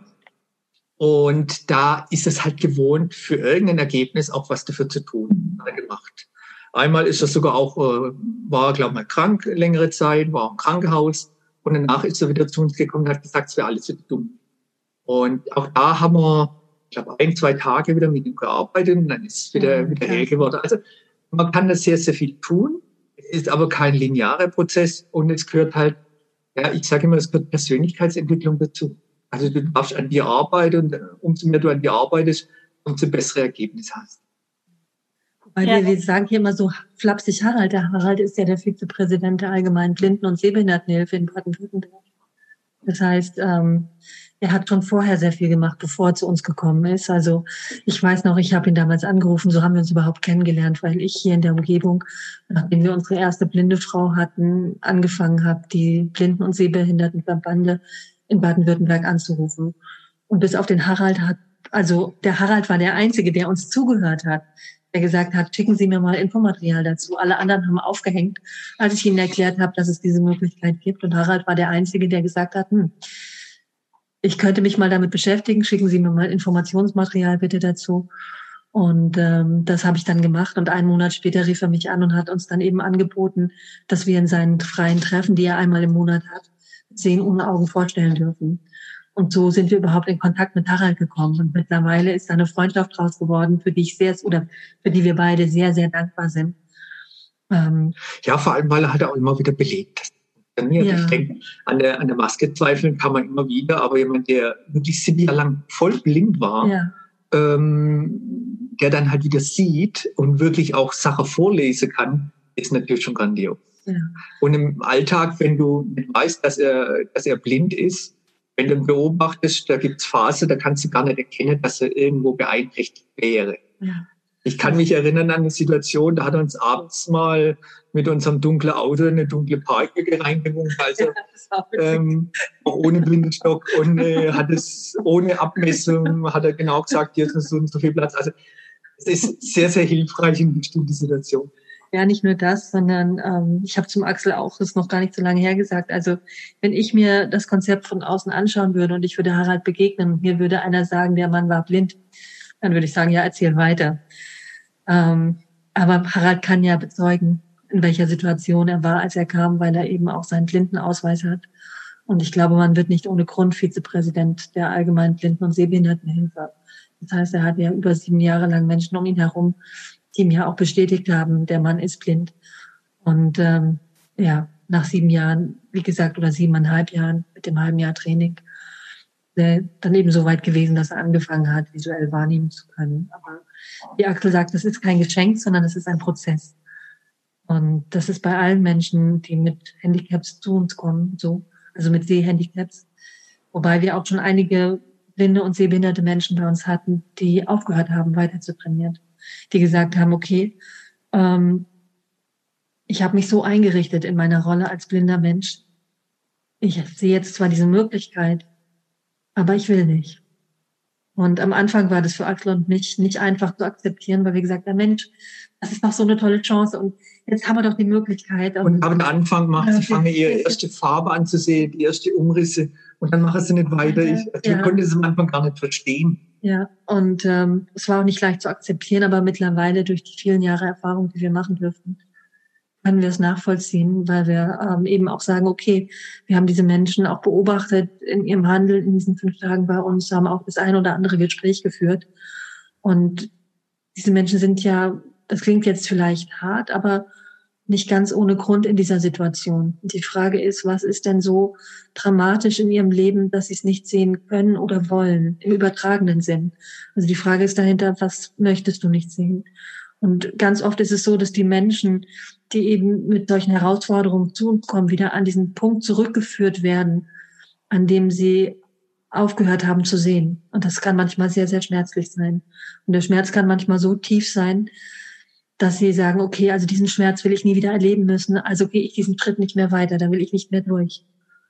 Und da ist es halt gewohnt, für irgendein Ergebnis auch was dafür zu tun, hat er gemacht. Einmal ist er sogar auch, äh, war, glaube ich, mal krank längere Zeit, war im Krankenhaus. Und danach ist er wieder zu uns gekommen und hat gesagt, es wäre alles wieder dumm. Und auch da haben wir, ich glaube, ein, zwei Tage wieder mit ihm gearbeitet und dann ist es wieder, ja, wieder hell geworden. Also man kann da sehr, sehr viel tun. Es ist aber kein linearer Prozess und es gehört halt, ja, ich sage immer, es gehört Persönlichkeitsentwicklung dazu. Also du darfst an dir arbeiten und umso mehr du an dir arbeitest, umso bessere Ergebnisse hast. Weil ja. wir, wir sagen hier immer so flapsig Harald. Der Harald ist ja der Vizepräsident der Allgemeinen Blinden- und Sehbehindertenhilfe in Baden-Württemberg. Das heißt, ähm, er hat schon vorher sehr viel gemacht, bevor er zu uns gekommen ist. Also ich weiß noch, ich habe ihn damals angerufen, so haben wir uns überhaupt kennengelernt, weil ich hier in der Umgebung, nachdem wir unsere erste blinde Frau hatten, angefangen habe, die Blinden- und Sehbehindertenverbände in Baden-Württemberg anzurufen. Und bis auf den Harald hat, also der Harald war der Einzige, der uns zugehört hat, der gesagt hat, schicken Sie mir mal Infomaterial dazu. Alle anderen haben aufgehängt, als ich ihnen erklärt habe, dass es diese Möglichkeit gibt. Und Harald war der Einzige, der gesagt hat, hm, ich könnte mich mal damit beschäftigen, schicken Sie mir mal Informationsmaterial bitte dazu. Und ähm, das habe ich dann gemacht. Und einen Monat später rief er mich an und hat uns dann eben angeboten, dass wir in seinen freien Treffen, die er einmal im Monat hat, Sehen ohne Augen vorstellen dürfen. Und so sind wir überhaupt in Kontakt mit Harald gekommen. Und mittlerweile ist da eine Freundschaft draus geworden, für die ich sehr, oder für die wir beide sehr, sehr dankbar sind. Ähm, ja, vor allem, weil er halt auch immer wieder belegt. Ja. Ich denke, an der, an der Maske zweifeln kann man immer wieder, aber jemand, der wirklich sieben Jahre lang voll blind war, ja. ähm, der dann halt wieder sieht und wirklich auch Sachen vorlesen kann, ist natürlich schon grandios. Ja. Und im Alltag, wenn du weißt, dass er, dass er blind ist, wenn du ihn beobachtest, da gibt's Phasen, da kannst du gar nicht erkennen, dass er irgendwo beeinträchtigt wäre. Ja. Ich kann mich erinnern an eine Situation, da hat er uns abends mal mit unserem dunklen Auto in eine dunkle Parklücke reingewunken, also ähm, auch ohne Blindenstock und äh, hat es ohne Abmessung, hat er genau gesagt, hier ist so, so viel Platz. Also es ist sehr, sehr hilfreich in bestimmten Situationen. Ja, nicht nur das, sondern ähm, ich habe zum Axel auch, das ist noch gar nicht so lange her gesagt, also wenn ich mir das Konzept von außen anschauen würde und ich würde Harald begegnen und mir würde einer sagen, der Mann war blind, dann würde ich sagen, ja, erzähl weiter. Ähm, aber Harald kann ja bezeugen, in welcher Situation er war, als er kam, weil er eben auch seinen Blindenausweis hat. Und ich glaube, man wird nicht ohne Grund Vizepräsident der Allgemeinen Blinden- und Sehbehindertenhilfe. Das heißt, er hat ja über sieben Jahre lang Menschen um ihn herum, die ihm ja auch bestätigt haben, der Mann ist blind. Und ähm, ja, nach sieben Jahren, wie gesagt, oder siebeneinhalb Jahren mit dem halben Jahr Training, äh, dann eben so weit gewesen, dass er angefangen hat, visuell wahrnehmen zu können. Aber wie Axel sagt, das ist kein Geschenk, sondern es ist ein Prozess. Und das ist bei allen Menschen, die mit Handicaps zu uns kommen, so, also mit Sehhandicaps. Wobei wir auch schon einige blinde und sehbehinderte Menschen bei uns hatten, die aufgehört haben, weiter zu trainieren. Die gesagt haben, okay, ähm, ich habe mich so eingerichtet in meiner Rolle als blinder Mensch. Ich sehe jetzt zwar diese Möglichkeit, aber ich will nicht. Und am Anfang war das für Axel und mich nicht einfach zu akzeptieren, weil wir gesagt haben, Mensch, das ist doch so eine tolle Chance und jetzt haben wir doch die Möglichkeit. Und, und am Anfang macht sie, fangen ihre erste Farbe an zu sehen, die erste Umrisse und dann machen sie nicht weiter. Ich, also ja. Wir konnten es am Anfang gar nicht verstehen. Ja, und ähm, es war auch nicht leicht zu akzeptieren, aber mittlerweile durch die vielen Jahre Erfahrung, die wir machen dürfen, können wir es nachvollziehen, weil wir ähm, eben auch sagen, okay, wir haben diese Menschen auch beobachtet in ihrem Handeln in diesen fünf Tagen bei uns, haben auch das ein oder andere Gespräch geführt. Und diese Menschen sind ja, das klingt jetzt vielleicht hart, aber nicht ganz ohne Grund in dieser Situation. Und die Frage ist, was ist denn so dramatisch in ihrem Leben, dass sie es nicht sehen können oder wollen, im übertragenen Sinn? Also die Frage ist dahinter, was möchtest du nicht sehen? Und ganz oft ist es so, dass die Menschen, die eben mit solchen Herausforderungen zu uns kommen, wieder an diesen Punkt zurückgeführt werden, an dem sie aufgehört haben zu sehen. Und das kann manchmal sehr, sehr schmerzlich sein. Und der Schmerz kann manchmal so tief sein, dass sie sagen, okay, also diesen Schmerz will ich nie wieder erleben müssen, also gehe ich diesen Schritt nicht mehr weiter, da will ich nicht mehr durch.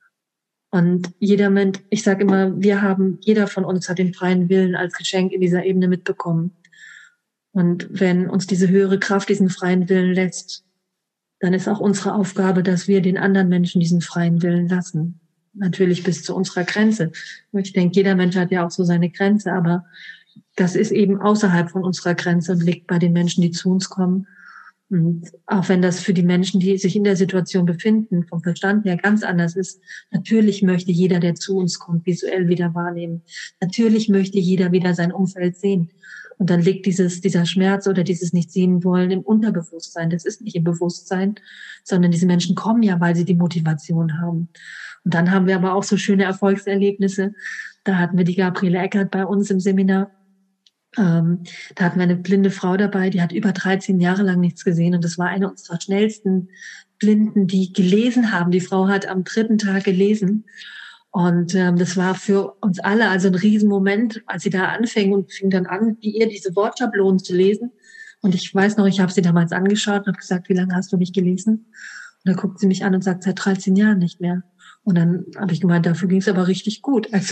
Und jeder Mensch, ich sage immer, wir haben, jeder von uns hat den freien Willen als Geschenk in dieser Ebene mitbekommen. Und wenn uns diese höhere Kraft diesen freien Willen lässt, dann ist auch unsere Aufgabe, dass wir den anderen Menschen diesen freien Willen lassen. Natürlich bis zu unserer Grenze. Ich denke, jeder Mensch hat ja auch so seine Grenze, aber das ist eben außerhalb von unserer Grenze und liegt bei den Menschen, die zu uns kommen. Und auch wenn das für die Menschen, die sich in der Situation befinden, vom Verstand her ganz anders ist, natürlich möchte jeder, der zu uns kommt, visuell wieder wahrnehmen. Natürlich möchte jeder wieder sein Umfeld sehen. Und dann liegt dieses, dieser Schmerz oder dieses Nicht-Sehen-Wollen im Unterbewusstsein. Das ist nicht im Bewusstsein, sondern diese Menschen kommen ja, weil sie die Motivation haben. Und dann haben wir aber auch so schöne Erfolgserlebnisse. Da hatten wir die Gabriele Eckert bei uns im Seminar. Ähm, da hatten wir eine blinde Frau dabei, die hat über dreizehn Jahre lang nichts gesehen. Und das war eine unserer schnellsten Blinden, die gelesen haben. Die Frau hat am dritten Tag gelesen. Und ähm, das war für uns alle also ein Riesenmoment, als sie da anfing und fing dann an, wie ihr diese Wortschablonen zu lesen. Und ich weiß noch, ich habe sie damals angeschaut und habe gesagt, wie lange hast du nicht gelesen? Und da guckt sie mich an und sagt, seit dreizehn Jahren nicht mehr. Und dann habe ich gemeint, dafür ging es aber richtig gut. Also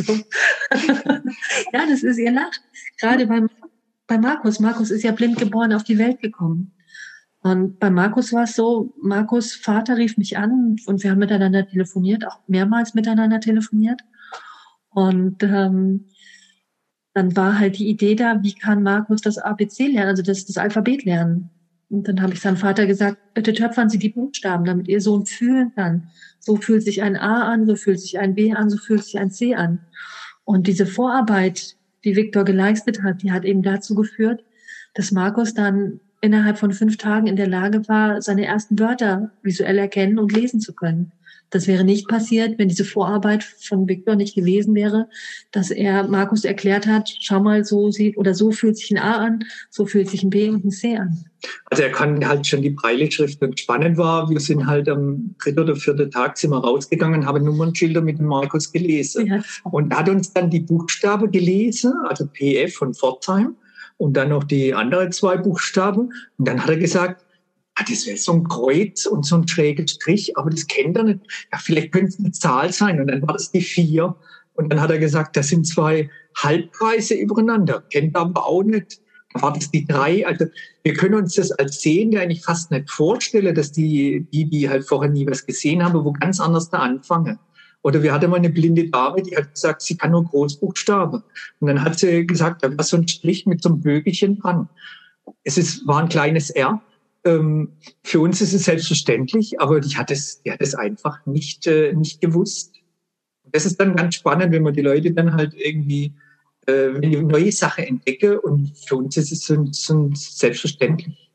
ja, das ist ihr Lach. Gerade beim, bei Markus. Markus ist ja blind geboren auf die Welt gekommen. Und bei Markus war es so, Markus' Vater rief mich an und wir haben miteinander telefoniert, auch mehrmals miteinander telefoniert. Und ähm, dann war halt die Idee da, wie kann Markus das A B C lernen, also das, das Alphabet lernen. Und dann habe ich seinem Vater gesagt, bitte töpfern Sie die Buchstaben, damit Ihr Sohn fühlen kann. So fühlt sich ein A an, so fühlt sich ein B an, so fühlt sich ein C an. Und diese Vorarbeit, die Viktor geleistet hat, die hat eben dazu geführt, dass Markus dann innerhalb von fünf Tagen in der Lage war, seine ersten Wörter visuell erkennen und lesen zu können. Das wäre nicht passiert, wenn diese Vorarbeit von Viktor nicht gewesen wäre, dass er Markus erklärt hat, schau mal, so sieht oder so fühlt sich ein A an, so fühlt sich ein B und ein C an. Also er kann halt schon die Braille-Schrift, und spannend war, wir sind halt am dritten oder vierten Tag sind wir rausgegangen, haben Nummernschilder mit dem Markus gelesen. Ja. Und er hat uns dann die Buchstaben gelesen, also P F von Pforzheim und dann noch die anderen zwei Buchstaben. Und dann hat er gesagt, ah, das wäre so ein Kreuz und so ein schräger Strich, aber das kennt er nicht. Ja, vielleicht könnte es eine Zahl sein. Und dann war das die vier. Und dann hat er gesagt, das sind zwei Halbkreise übereinander. Kennt er aber auch nicht. Dann war das die drei. Also wir können uns das als Sehende eigentlich fast nicht vorstellen, dass die, die, die halt vorher nie was gesehen haben, wo ganz anders da anfangen. Oder wir hatten mal eine blinde Dame, die hat gesagt, sie kann nur Großbuchstaben. Und dann hat sie gesagt, da war so ein Strich mit so einem Bögelchen dran. Es ist, war ein kleines R. Ähm, für uns ist es selbstverständlich, aber die hat es, die hat es einfach nicht, äh, nicht gewusst. Das ist dann ganz spannend, wenn man die Leute dann halt irgendwie äh, eine neue Sache entdecke, und für uns ist es so, so selbstverständlich.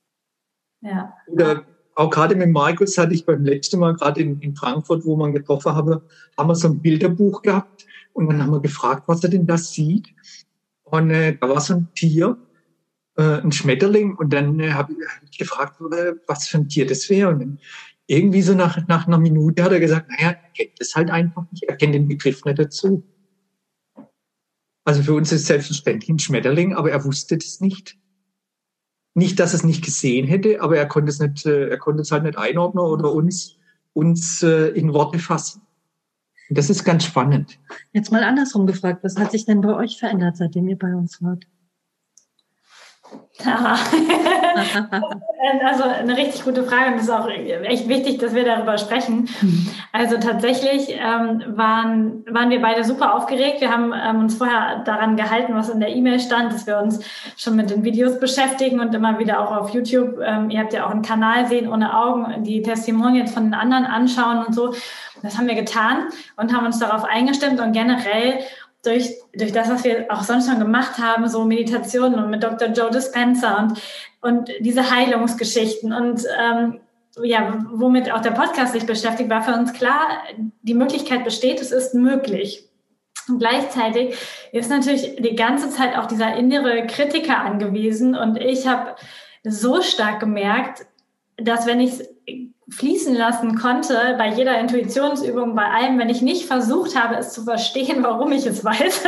Ja. Oder auch gerade mit Markus hatte ich beim letzten Mal, gerade in, in Frankfurt, wo man getroffen habe, haben wir so ein Bilderbuch gehabt, und dann haben wir gefragt, was er denn da sieht. Und äh, da war so ein Tier, ein Schmetterling, und dann äh, habe ich gefragt, äh, was für ein Tier das wäre, und dann irgendwie so nach, nach einer Minute hat er gesagt, naja, er kennt das halt einfach nicht, er kennt den Begriff nicht dazu. Also für uns ist es selbstverständlich ein Schmetterling, aber er wusste das nicht. Nicht, dass er es nicht gesehen hätte, aber er konnte es nicht, äh, er konnte es halt nicht einordnen oder uns, uns äh, in Worte fassen. Und das ist ganz spannend. Jetzt mal andersrum gefragt, was hat sich denn bei euch verändert, seitdem ihr bei uns wart? Ja. Also eine richtig gute Frage, und es ist auch echt wichtig, dass wir darüber sprechen. Also tatsächlich ähm, waren, waren wir beide super aufgeregt. Wir haben ähm, uns vorher daran gehalten, was in der E-Mail stand, dass wir uns schon mit den Videos beschäftigen und immer wieder auch auf YouTube, ähm, ihr habt ja auch einen Kanal Sehen ohne Augen, die Testimonials von den anderen anschauen und so. Das haben wir getan und haben uns darauf eingestimmt, und generell durch, durch das, was wir auch sonst schon gemacht haben, so Meditationen und mit Doktor Joe Dispenza und, und diese Heilungsgeschichten und ähm, ja, womit auch der Podcast sich beschäftigt, war für uns klar, die Möglichkeit besteht, es ist möglich. Und gleichzeitig ist natürlich die ganze Zeit auch dieser innere Kritiker angewiesen, und ich habe so stark gemerkt, dass wenn ich es fließen lassen konnte, bei jeder Intuitionsübung, bei allem, wenn ich nicht versucht habe, es zu verstehen, warum ich es weiß,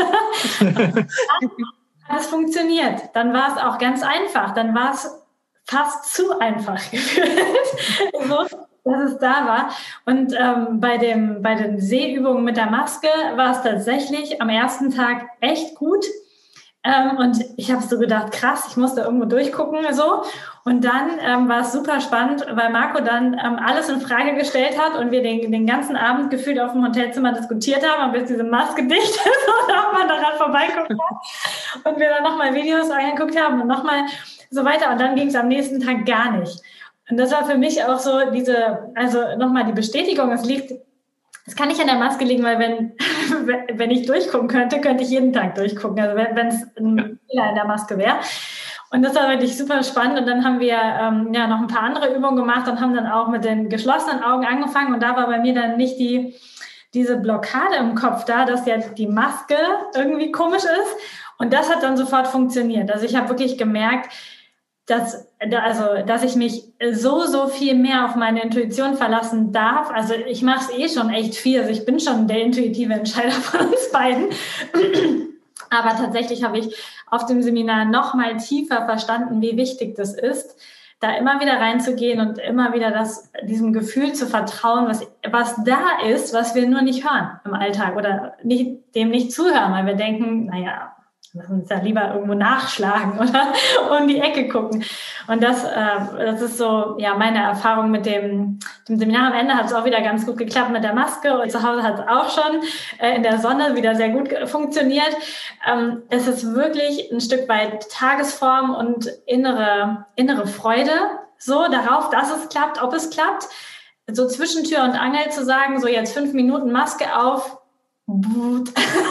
hat es funktioniert. Dann war es auch ganz einfach. Dann war es fast zu einfach gefühlt, so, dass es da war. Und ähm, bei, dem, bei den Sehübungen mit der Maske war es tatsächlich am ersten Tag echt gut. Ähm, und ich habe so gedacht, krass, ich muss da irgendwo durchgucken, so. Und dann ähm, war es super spannend, weil Marco dann ähm, alles in Frage gestellt hat und wir den, den ganzen Abend gefühlt auf dem Hotelzimmer diskutiert haben, ob jetzt diese Maske dicht ist oder ob man daran vorbeigucken kann. Und wir dann nochmal Videos angeguckt haben und nochmal so weiter. Und dann ging es am nächsten Tag gar nicht. Und das war für mich auch so diese, also nochmal die Bestätigung, es liegt, es kann nicht an der Maske liegen, weil wenn, wenn ich durchgucken könnte, könnte ich jeden Tag durchgucken. Also wenn es ein Fehler in der Maske wäre. Und das war wirklich super spannend. Und dann haben wir ähm, ja noch ein paar andere Übungen gemacht und haben dann auch mit den geschlossenen Augen angefangen. Und da war bei mir dann nicht die diese Blockade im Kopf da, dass ja die Maske irgendwie komisch ist. Und das hat dann sofort funktioniert. Also ich habe wirklich gemerkt, dass, also, dass ich mich so, so viel mehr auf meine Intuition verlassen darf. Also ich mache es eh schon echt viel. Also ich bin schon der intuitive Entscheider von uns beiden. Aber tatsächlich habe ich auf dem Seminar noch mal tiefer verstanden, wie wichtig das ist, da immer wieder reinzugehen und immer wieder das, diesem Gefühl zu vertrauen, was, was da ist, was wir nur nicht hören im Alltag oder nicht, dem nicht zuhören, weil wir denken, naja, lass uns da lieber irgendwo nachschlagen oder um die Ecke gucken. Und das, äh, das ist so, ja, meine Erfahrung mit dem, dem Seminar. Am Ende hat es auch wieder ganz gut geklappt mit der Maske und zu Hause hat es auch schon äh, in der Sonne wieder sehr gut funktioniert. Ähm, es ist wirklich ein Stück weit Tagesform und innere, innere Freude so darauf, dass es klappt, ob es klappt. So zwischen Tür und Angel zu sagen, so jetzt fünf Minuten Maske auf. Wobei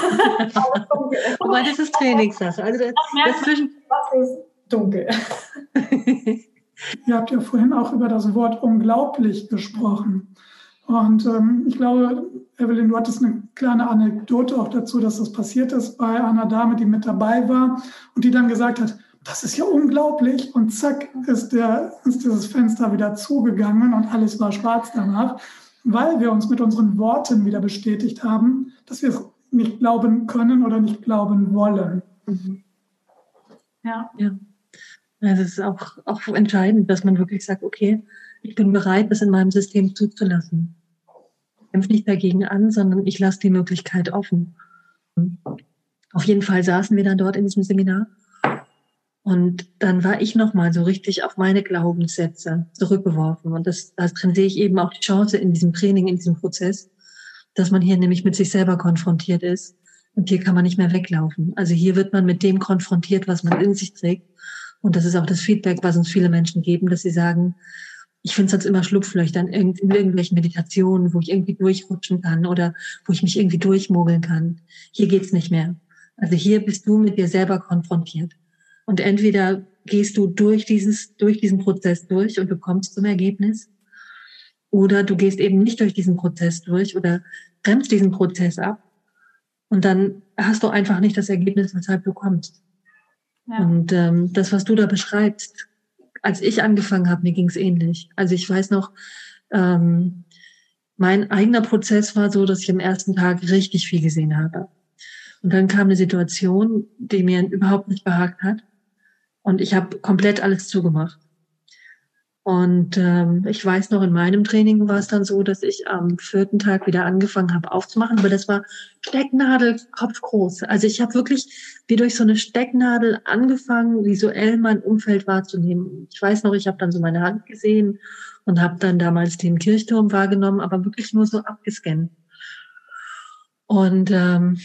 das ist Trainingssache. Also das, das zwischen was ist dunkel. Ihr habt ja vorhin auch über das Wort unglaublich gesprochen. Und ähm, ich glaube, Evelyn, du hattest eine kleine Anekdote auch dazu, dass das passiert ist bei einer Dame, die mit dabei war und die dann gesagt hat, das ist ja unglaublich. Und zack, ist, der, ist dieses Fenster wieder zugegangen und alles war schwarz danach, weil wir uns mit unseren Worten wieder bestätigt haben, dass wir es nicht glauben können oder nicht glauben wollen. Mhm. Ja. Ja. Also es ist auch, auch entscheidend, dass man wirklich sagt, okay, ich bin bereit, das in meinem System zuzulassen. Ich kämpfe nicht dagegen an, sondern ich lasse die Möglichkeit offen. Auf jeden Fall saßen wir dann dort in diesem Seminar. Und dann war ich nochmal so richtig auf meine Glaubenssätze zurückgeworfen. Und das, da drin sehe ich eben auch die Chance in diesem Training, in diesem Prozess, dass man hier nämlich mit sich selber konfrontiert ist. Und hier kann man nicht mehr weglaufen. Also hier wird man mit dem konfrontiert, was man in sich trägt. Und das ist auch das Feedback, was uns viele Menschen geben, dass sie sagen, ich finde sonst immer Schlupflöcher in, irgend, in irgendwelchen Meditationen, wo ich irgendwie durchrutschen kann oder wo ich mich irgendwie durchmogeln kann. Hier geht's nicht mehr. Also hier bist du mit dir selber konfrontiert. Und entweder gehst du durch dieses, durch diesen Prozess durch und du kommst zum Ergebnis, oder du gehst eben nicht durch diesen Prozess durch oder bremst diesen Prozess ab und dann hast du einfach nicht das Ergebnis, weshalb du kommst. Ja. Und ähm, das, was du da beschreibst, als ich angefangen habe, mir ging es ähnlich. Also ich weiß noch, ähm, mein eigener Prozess war so, dass ich am ersten Tag richtig viel gesehen habe. Und dann kam eine Situation, die mir überhaupt nicht behagt hat. Und ich habe komplett alles zugemacht. Und ähm, ich weiß noch, in meinem Training war es dann so, dass ich am vierten Tag wieder angefangen habe aufzumachen. Aber das war Stecknadel, kopfgroß. Also ich habe wirklich wie durch so eine Stecknadel angefangen, visuell mein Umfeld wahrzunehmen. Ich weiß noch, ich habe dann so meine Hand gesehen und habe dann damals den Kirchturm wahrgenommen, aber wirklich nur so abgescannt. Und ähm,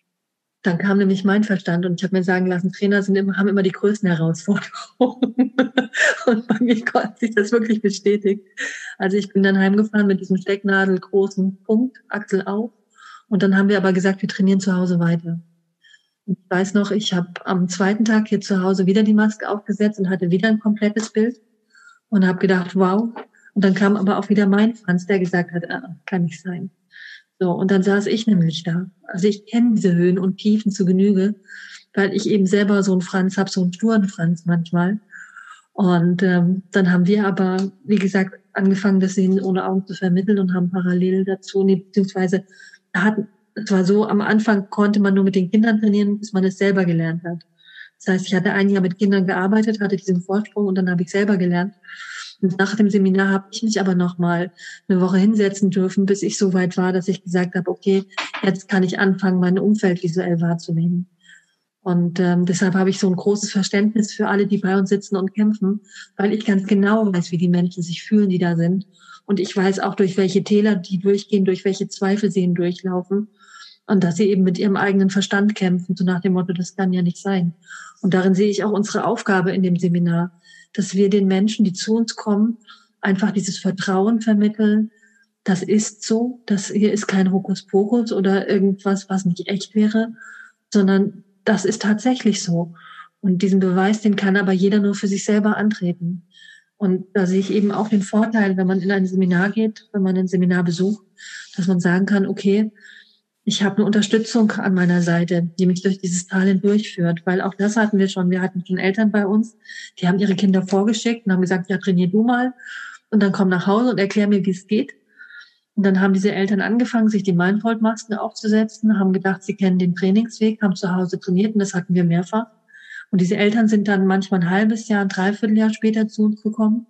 dann kam nämlich mein Verstand und ich habe mir sagen lassen, Trainer sind immer, haben immer die größten Herausforderungen. Und bei mir konnte sich das wirklich bestätigt. Also ich bin dann heimgefahren mit diesem Stecknadel großen Punkt, Achsel auf. Und dann haben wir aber gesagt, wir trainieren zu Hause weiter. Und ich weiß noch, ich habe am zweiten Tag hier zu Hause wieder die Maske aufgesetzt und hatte wieder ein komplettes Bild und habe gedacht, wow. Und dann kam aber auch wieder mein Franz, der gesagt hat, ah, kann nicht sein. So, und dann saß ich nämlich da. Also ich kenne diese Höhen und Tiefen zu Genüge, weil ich eben selber so einen Franz habe, so einen sturen Franz manchmal. Und ähm, dann haben wir aber, wie gesagt, angefangen, das Sehen ohne Augen zu vermitteln und haben parallel dazu, nee, beziehungsweise hatten, es war so, am Anfang konnte man nur mit den Kindern trainieren, bis man es selber gelernt hat. Das heißt, ich hatte ein Jahr mit Kindern gearbeitet, hatte diesen Vorsprung und dann habe ich selber gelernt. Und nach dem Seminar habe ich mich aber noch mal eine Woche hinsetzen dürfen, bis ich so weit war, dass ich gesagt habe, okay, jetzt kann ich anfangen, mein Umfeld visuell wahrzunehmen. Und ähm, deshalb habe ich so ein großes Verständnis für alle, die bei uns sitzen und kämpfen, weil ich ganz genau weiß, wie die Menschen sich fühlen, die da sind. Und ich weiß auch, durch welche Täler die durchgehen, durch welche Zweifel sie hindurchlaufen. Und dass sie eben mit ihrem eigenen Verstand kämpfen, so nach dem Motto, das kann ja nicht sein. Und darin sehe ich auch unsere Aufgabe in dem Seminar, dass wir den Menschen, die zu uns kommen, einfach dieses Vertrauen vermitteln. Das ist so, das hier ist kein Hokuspokus oder irgendwas, was nicht echt wäre, sondern das ist tatsächlich so. Und diesen Beweis, den kann aber jeder nur für sich selber antreten. Und da sehe ich eben auch den Vorteil, wenn man in ein Seminar geht, wenn man ein Seminar besucht, dass man sagen kann, okay, ich habe eine Unterstützung an meiner Seite, die mich durch dieses Tal hindurchführt. Weil auch das hatten wir schon. Wir hatten schon Eltern bei uns, die haben ihre Kinder vorgeschickt und haben gesagt, ja, trainier du mal. Und dann komm nach Hause und erklär mir, wie es geht. Und dann haben diese Eltern angefangen, sich die Mindfold-Masken aufzusetzen, haben gedacht, sie kennen den Trainingsweg, haben zu Hause trainiert und das hatten wir mehrfach. Und diese Eltern sind dann manchmal ein halbes Jahr, ein Dreivierteljahr später zu uns gekommen.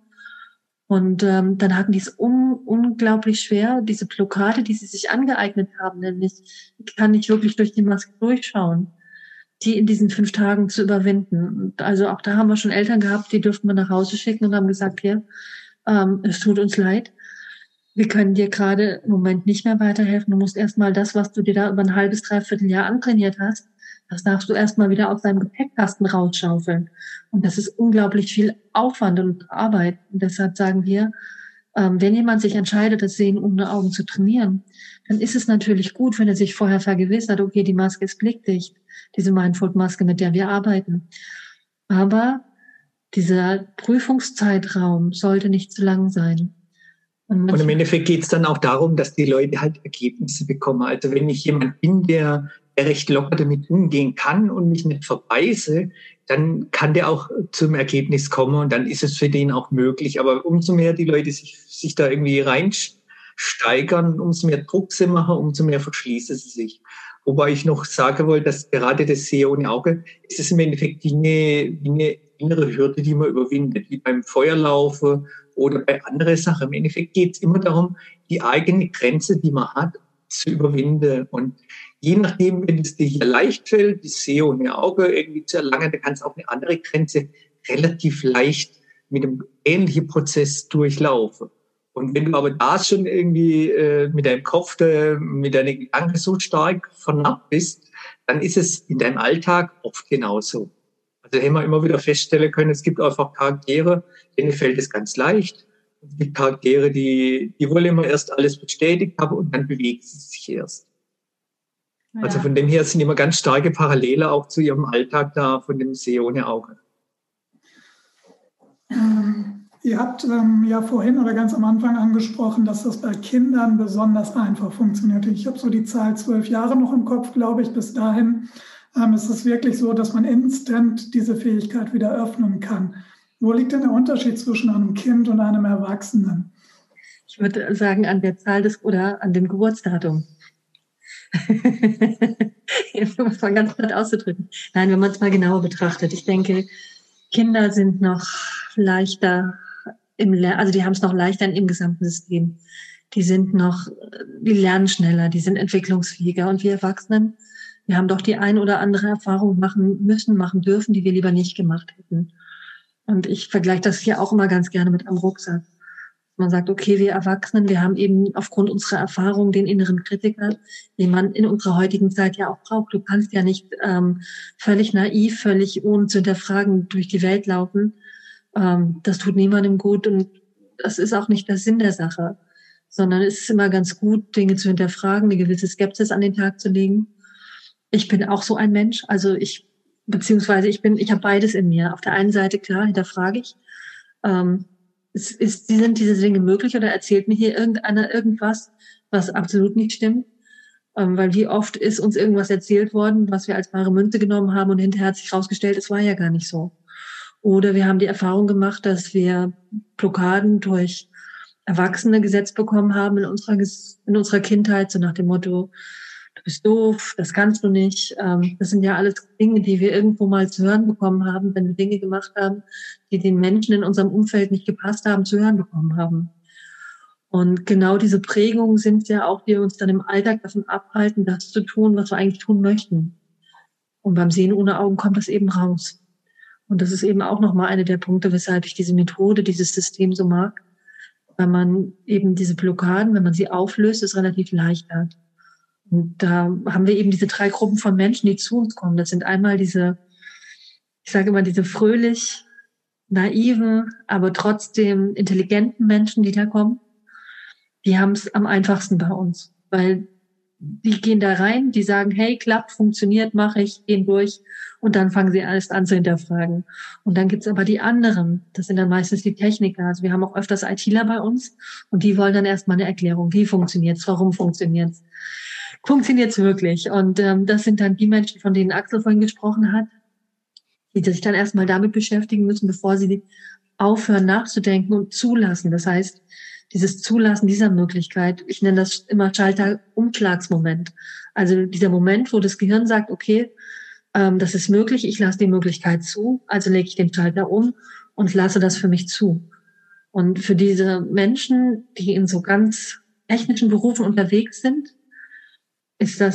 Und ähm, dann hatten die es un- unglaublich schwer, diese Blockade, die sie sich angeeignet haben, nämlich ich kann nicht wirklich durch die Maske durchschauen. die in diesen fünf Tagen zu überwinden. Und also auch da haben wir schon Eltern gehabt, die dürften wir nach Hause schicken und haben gesagt, hier, ähm, es tut uns leid. Wir können dir gerade im Moment nicht mehr weiterhelfen. Du musst erstmal das, was du dir da über ein halbes, dreiviertel Jahr antrainiert hast, das darfst du erstmal wieder aus deinem Gepäckkasten rausschaufeln. Und das ist unglaublich viel Aufwand und Arbeit. Und deshalb sagen wir, ähm, wenn jemand sich entscheidet, das Sehen ohne Augen zu trainieren, dann ist es natürlich gut, wenn er sich vorher vergewissert, okay, die Maske ist blickdicht, diese Mindfold-Maske, mit der wir arbeiten. Aber dieser Prüfungszeitraum sollte nicht zu lang sein. Und, und im Endeffekt geht es dann auch darum, dass die Leute halt Ergebnisse bekommen. Also wenn ich jemand bin, der, der recht locker damit umgehen kann und mich nicht verbeiße, dann kann der auch zum Ergebnis kommen und dann ist es für den auch möglich. Aber umso mehr die Leute sich, sich da irgendwie reinsteigern, umso mehr Druck sie machen, umso mehr verschließen sie sich. Wobei ich noch sagen wollte, dass gerade das Sehen ohne Auge, ist es im Endeffekt wie eine, wie eine innere Hürde, die man überwindet, wie beim Feuerlaufen oder bei anderen Sachen. Im Endeffekt geht es immer darum, die eigene Grenze, die man hat, zu überwinden. Und je nachdem, wenn es dir hier leicht fällt, das Sehen ohne Auge irgendwie zu erlangen, dann kannst du auch eine andere Grenze relativ leicht mit einem ähnlichen Prozess durchlaufen. Und wenn du aber da schon irgendwie äh, mit deinem Kopf, äh, mit deinen Gedanken so stark vernarbt bist, dann ist es in deinem Alltag oft genauso. Also haben wir immer wieder feststellen können, es gibt einfach Charaktere, denen fällt es ganz leicht. Es gibt Charaktere, die, die wollen immer erst alles bestätigt haben und dann bewegt sie sich erst. Ja. Also von dem her sind immer ganz starke Parallele auch zu ihrem Alltag da, von dem Sehen ohne Auge. Ähm. Ihr habt ähm, ja vorhin oder ganz am Anfang angesprochen, dass das bei Kindern besonders einfach funktioniert. Ich habe so die Zahl zwölf Jahre noch im Kopf, glaube ich. Bis dahin ähm, ist es wirklich so, dass man instant diese Fähigkeit wieder öffnen kann. Wo liegt denn der Unterschied zwischen einem Kind und einem Erwachsenen? Ich würde sagen, an der Zahl des oder an dem Geburtsdatum. Jetzt muss man ganz platt auszudrücken. Nein, wenn man es mal genauer betrachtet. Ich denke, Kinder sind noch leichter im Ler- also die haben es noch leichter im gesamten System. Die sind noch, die lernen schneller, die sind entwicklungsfähiger. Und wir Erwachsenen, wir haben doch die ein oder andere Erfahrung machen müssen, machen dürfen, die wir lieber nicht gemacht hätten. Und ich vergleiche das hier auch immer ganz gerne mit einem Rucksack. Man sagt, okay, wir Erwachsenen, wir haben eben aufgrund unserer Erfahrung den inneren Kritiker, den man in unserer heutigen Zeit ja auch braucht. Du kannst ja nicht ähm, völlig naiv, völlig ohne zu hinterfragen durch die Welt laufen. Ähm, das tut niemandem gut und das ist auch nicht der Sinn der Sache, sondern es ist immer ganz gut, Dinge zu hinterfragen, eine gewisse Skepsis an den Tag zu legen. Ich bin auch so ein Mensch, also ich, beziehungsweise ich bin, ich habe beides in mir. Auf der einen Seite, klar, hinterfrage ich, ähm, es ist, sind diese Dinge möglich oder erzählt mir hier irgendeiner irgendwas, was absolut nicht stimmt? Ähm, weil wie oft ist uns irgendwas erzählt worden, was wir als bare Münze genommen haben und hinterher hat sich rausgestellt, es war ja gar nicht so. Oder wir haben die Erfahrung gemacht, dass wir Blockaden durch Erwachsene gesetzt bekommen haben in unserer, in unserer Kindheit, so nach dem Motto, du bist doof, das kannst du nicht. Das sind ja alles Dinge, die wir irgendwo mal zu hören bekommen haben, wenn wir Dinge gemacht haben, die den Menschen in unserem Umfeld nicht gepasst haben, zu hören bekommen haben. Und genau diese Prägungen sind ja auch, die uns dann im Alltag davon abhalten, das zu tun, was wir eigentlich tun möchten. Und beim Sehen ohne Augen kommt das eben raus. Und das ist eben auch nochmal eine der Punkte, weshalb ich diese Methode, dieses System so mag, weil man eben diese Blockaden, wenn man sie auflöst, es relativ leicht hat. Und da haben wir eben diese drei Gruppen von Menschen, die zu uns kommen. Das sind einmal diese, ich sage immer, diese fröhlich, naiven, aber trotzdem intelligenten Menschen, die da kommen. Die haben es am einfachsten bei uns, weil die gehen da rein, die sagen, hey, klappt, funktioniert, mache ich, gehen durch und dann fangen sie erst an zu hinterfragen. Und dann gibt's aber die anderen, das sind dann meistens die Techniker. Also wir haben auch öfters ITler bei uns und die wollen dann erstmal eine Erklärung, wie funktioniert's, warum funktioniert's, funktioniert's wirklich? Und ähm, das sind dann die Menschen, von denen Axel vorhin gesprochen hat, die sich dann erstmal damit beschäftigen müssen, bevor sie aufhören nachzudenken und zulassen. Das heißt, dieses Zulassen dieser Möglichkeit, ich nenne das immer Schalter-Umschlagsmoment. Also dieser Moment, wo das Gehirn sagt, okay, ähm, das ist möglich, ich lasse die Möglichkeit zu, also lege ich den Schalter um und lasse das für mich zu. Und für diese Menschen, die in so ganz technischen Berufen unterwegs sind, ist das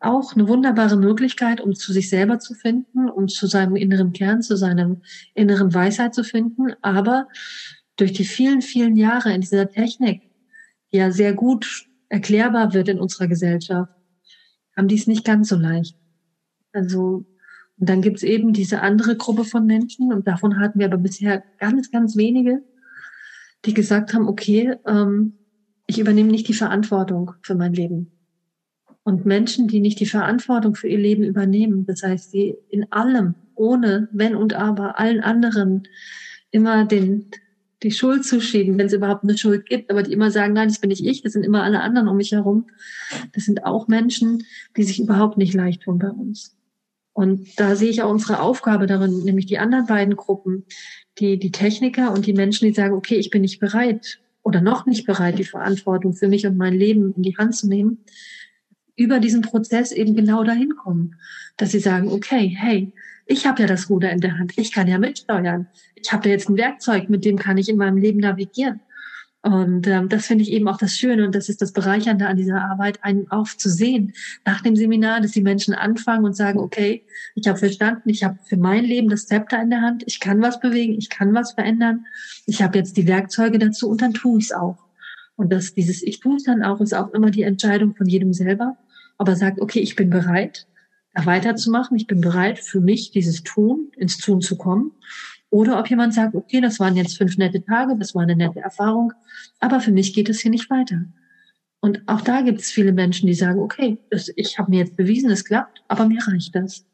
auch eine wunderbare Möglichkeit, um zu sich selber zu finden, um zu seinem inneren Kern, zu seiner inneren Weisheit zu finden. Aber durch die vielen, vielen Jahre in dieser Technik, die ja sehr gut erklärbar wird in unserer Gesellschaft, haben die es nicht ganz so leicht. Also, und dann gibt's eben diese andere Gruppe von Menschen, und davon hatten wir aber bisher ganz, ganz wenige, die gesagt haben, okay, ähm, ich übernehme nicht die Verantwortung für mein Leben. Und Menschen, die nicht die Verantwortung für ihr Leben übernehmen, das heißt, die in allem, ohne Wenn und Aber, allen anderen immer den, die Schuld zuschieben, wenn es überhaupt eine Schuld gibt, aber die immer sagen, nein, das bin nicht ich, das sind immer alle anderen um mich herum. Das sind auch Menschen, die sich überhaupt nicht leicht tun bei uns. Und da sehe ich auch unsere Aufgabe darin, nämlich die anderen beiden Gruppen, die, die Techniker und die Menschen, die sagen, okay, ich bin nicht bereit oder noch nicht bereit, die Verantwortung für mich und mein Leben in die Hand zu nehmen, über diesen Prozess eben genau dahin kommen, dass sie sagen, okay, hey, ich habe ja das Ruder in der Hand, ich kann ja mitsteuern, ich habe da jetzt ein Werkzeug, mit dem kann ich in meinem Leben navigieren. Und ähm, das finde ich eben auch das Schöne, und das ist das Bereichernde an dieser Arbeit, einen aufzusehen nach dem Seminar, dass die Menschen anfangen und sagen, okay, ich habe verstanden, ich habe für mein Leben das Zepter in der Hand, ich kann was bewegen, ich kann was verändern, ich habe jetzt die Werkzeuge dazu und dann tue ich es auch. Und das, dieses Ich tue es dann auch, ist auch immer die Entscheidung von jedem selber, aber sagt, okay, ich bin bereit, da weiterzumachen, ich bin bereit, für mich dieses Tun, ins Tun zu kommen. Oder ob jemand sagt, okay, das waren jetzt fünf nette Tage, das war eine nette Erfahrung, aber für mich geht es hier nicht weiter. Und auch da gibt es viele Menschen, die sagen, okay, das, ich habe mir jetzt bewiesen, es klappt, aber mir reicht das.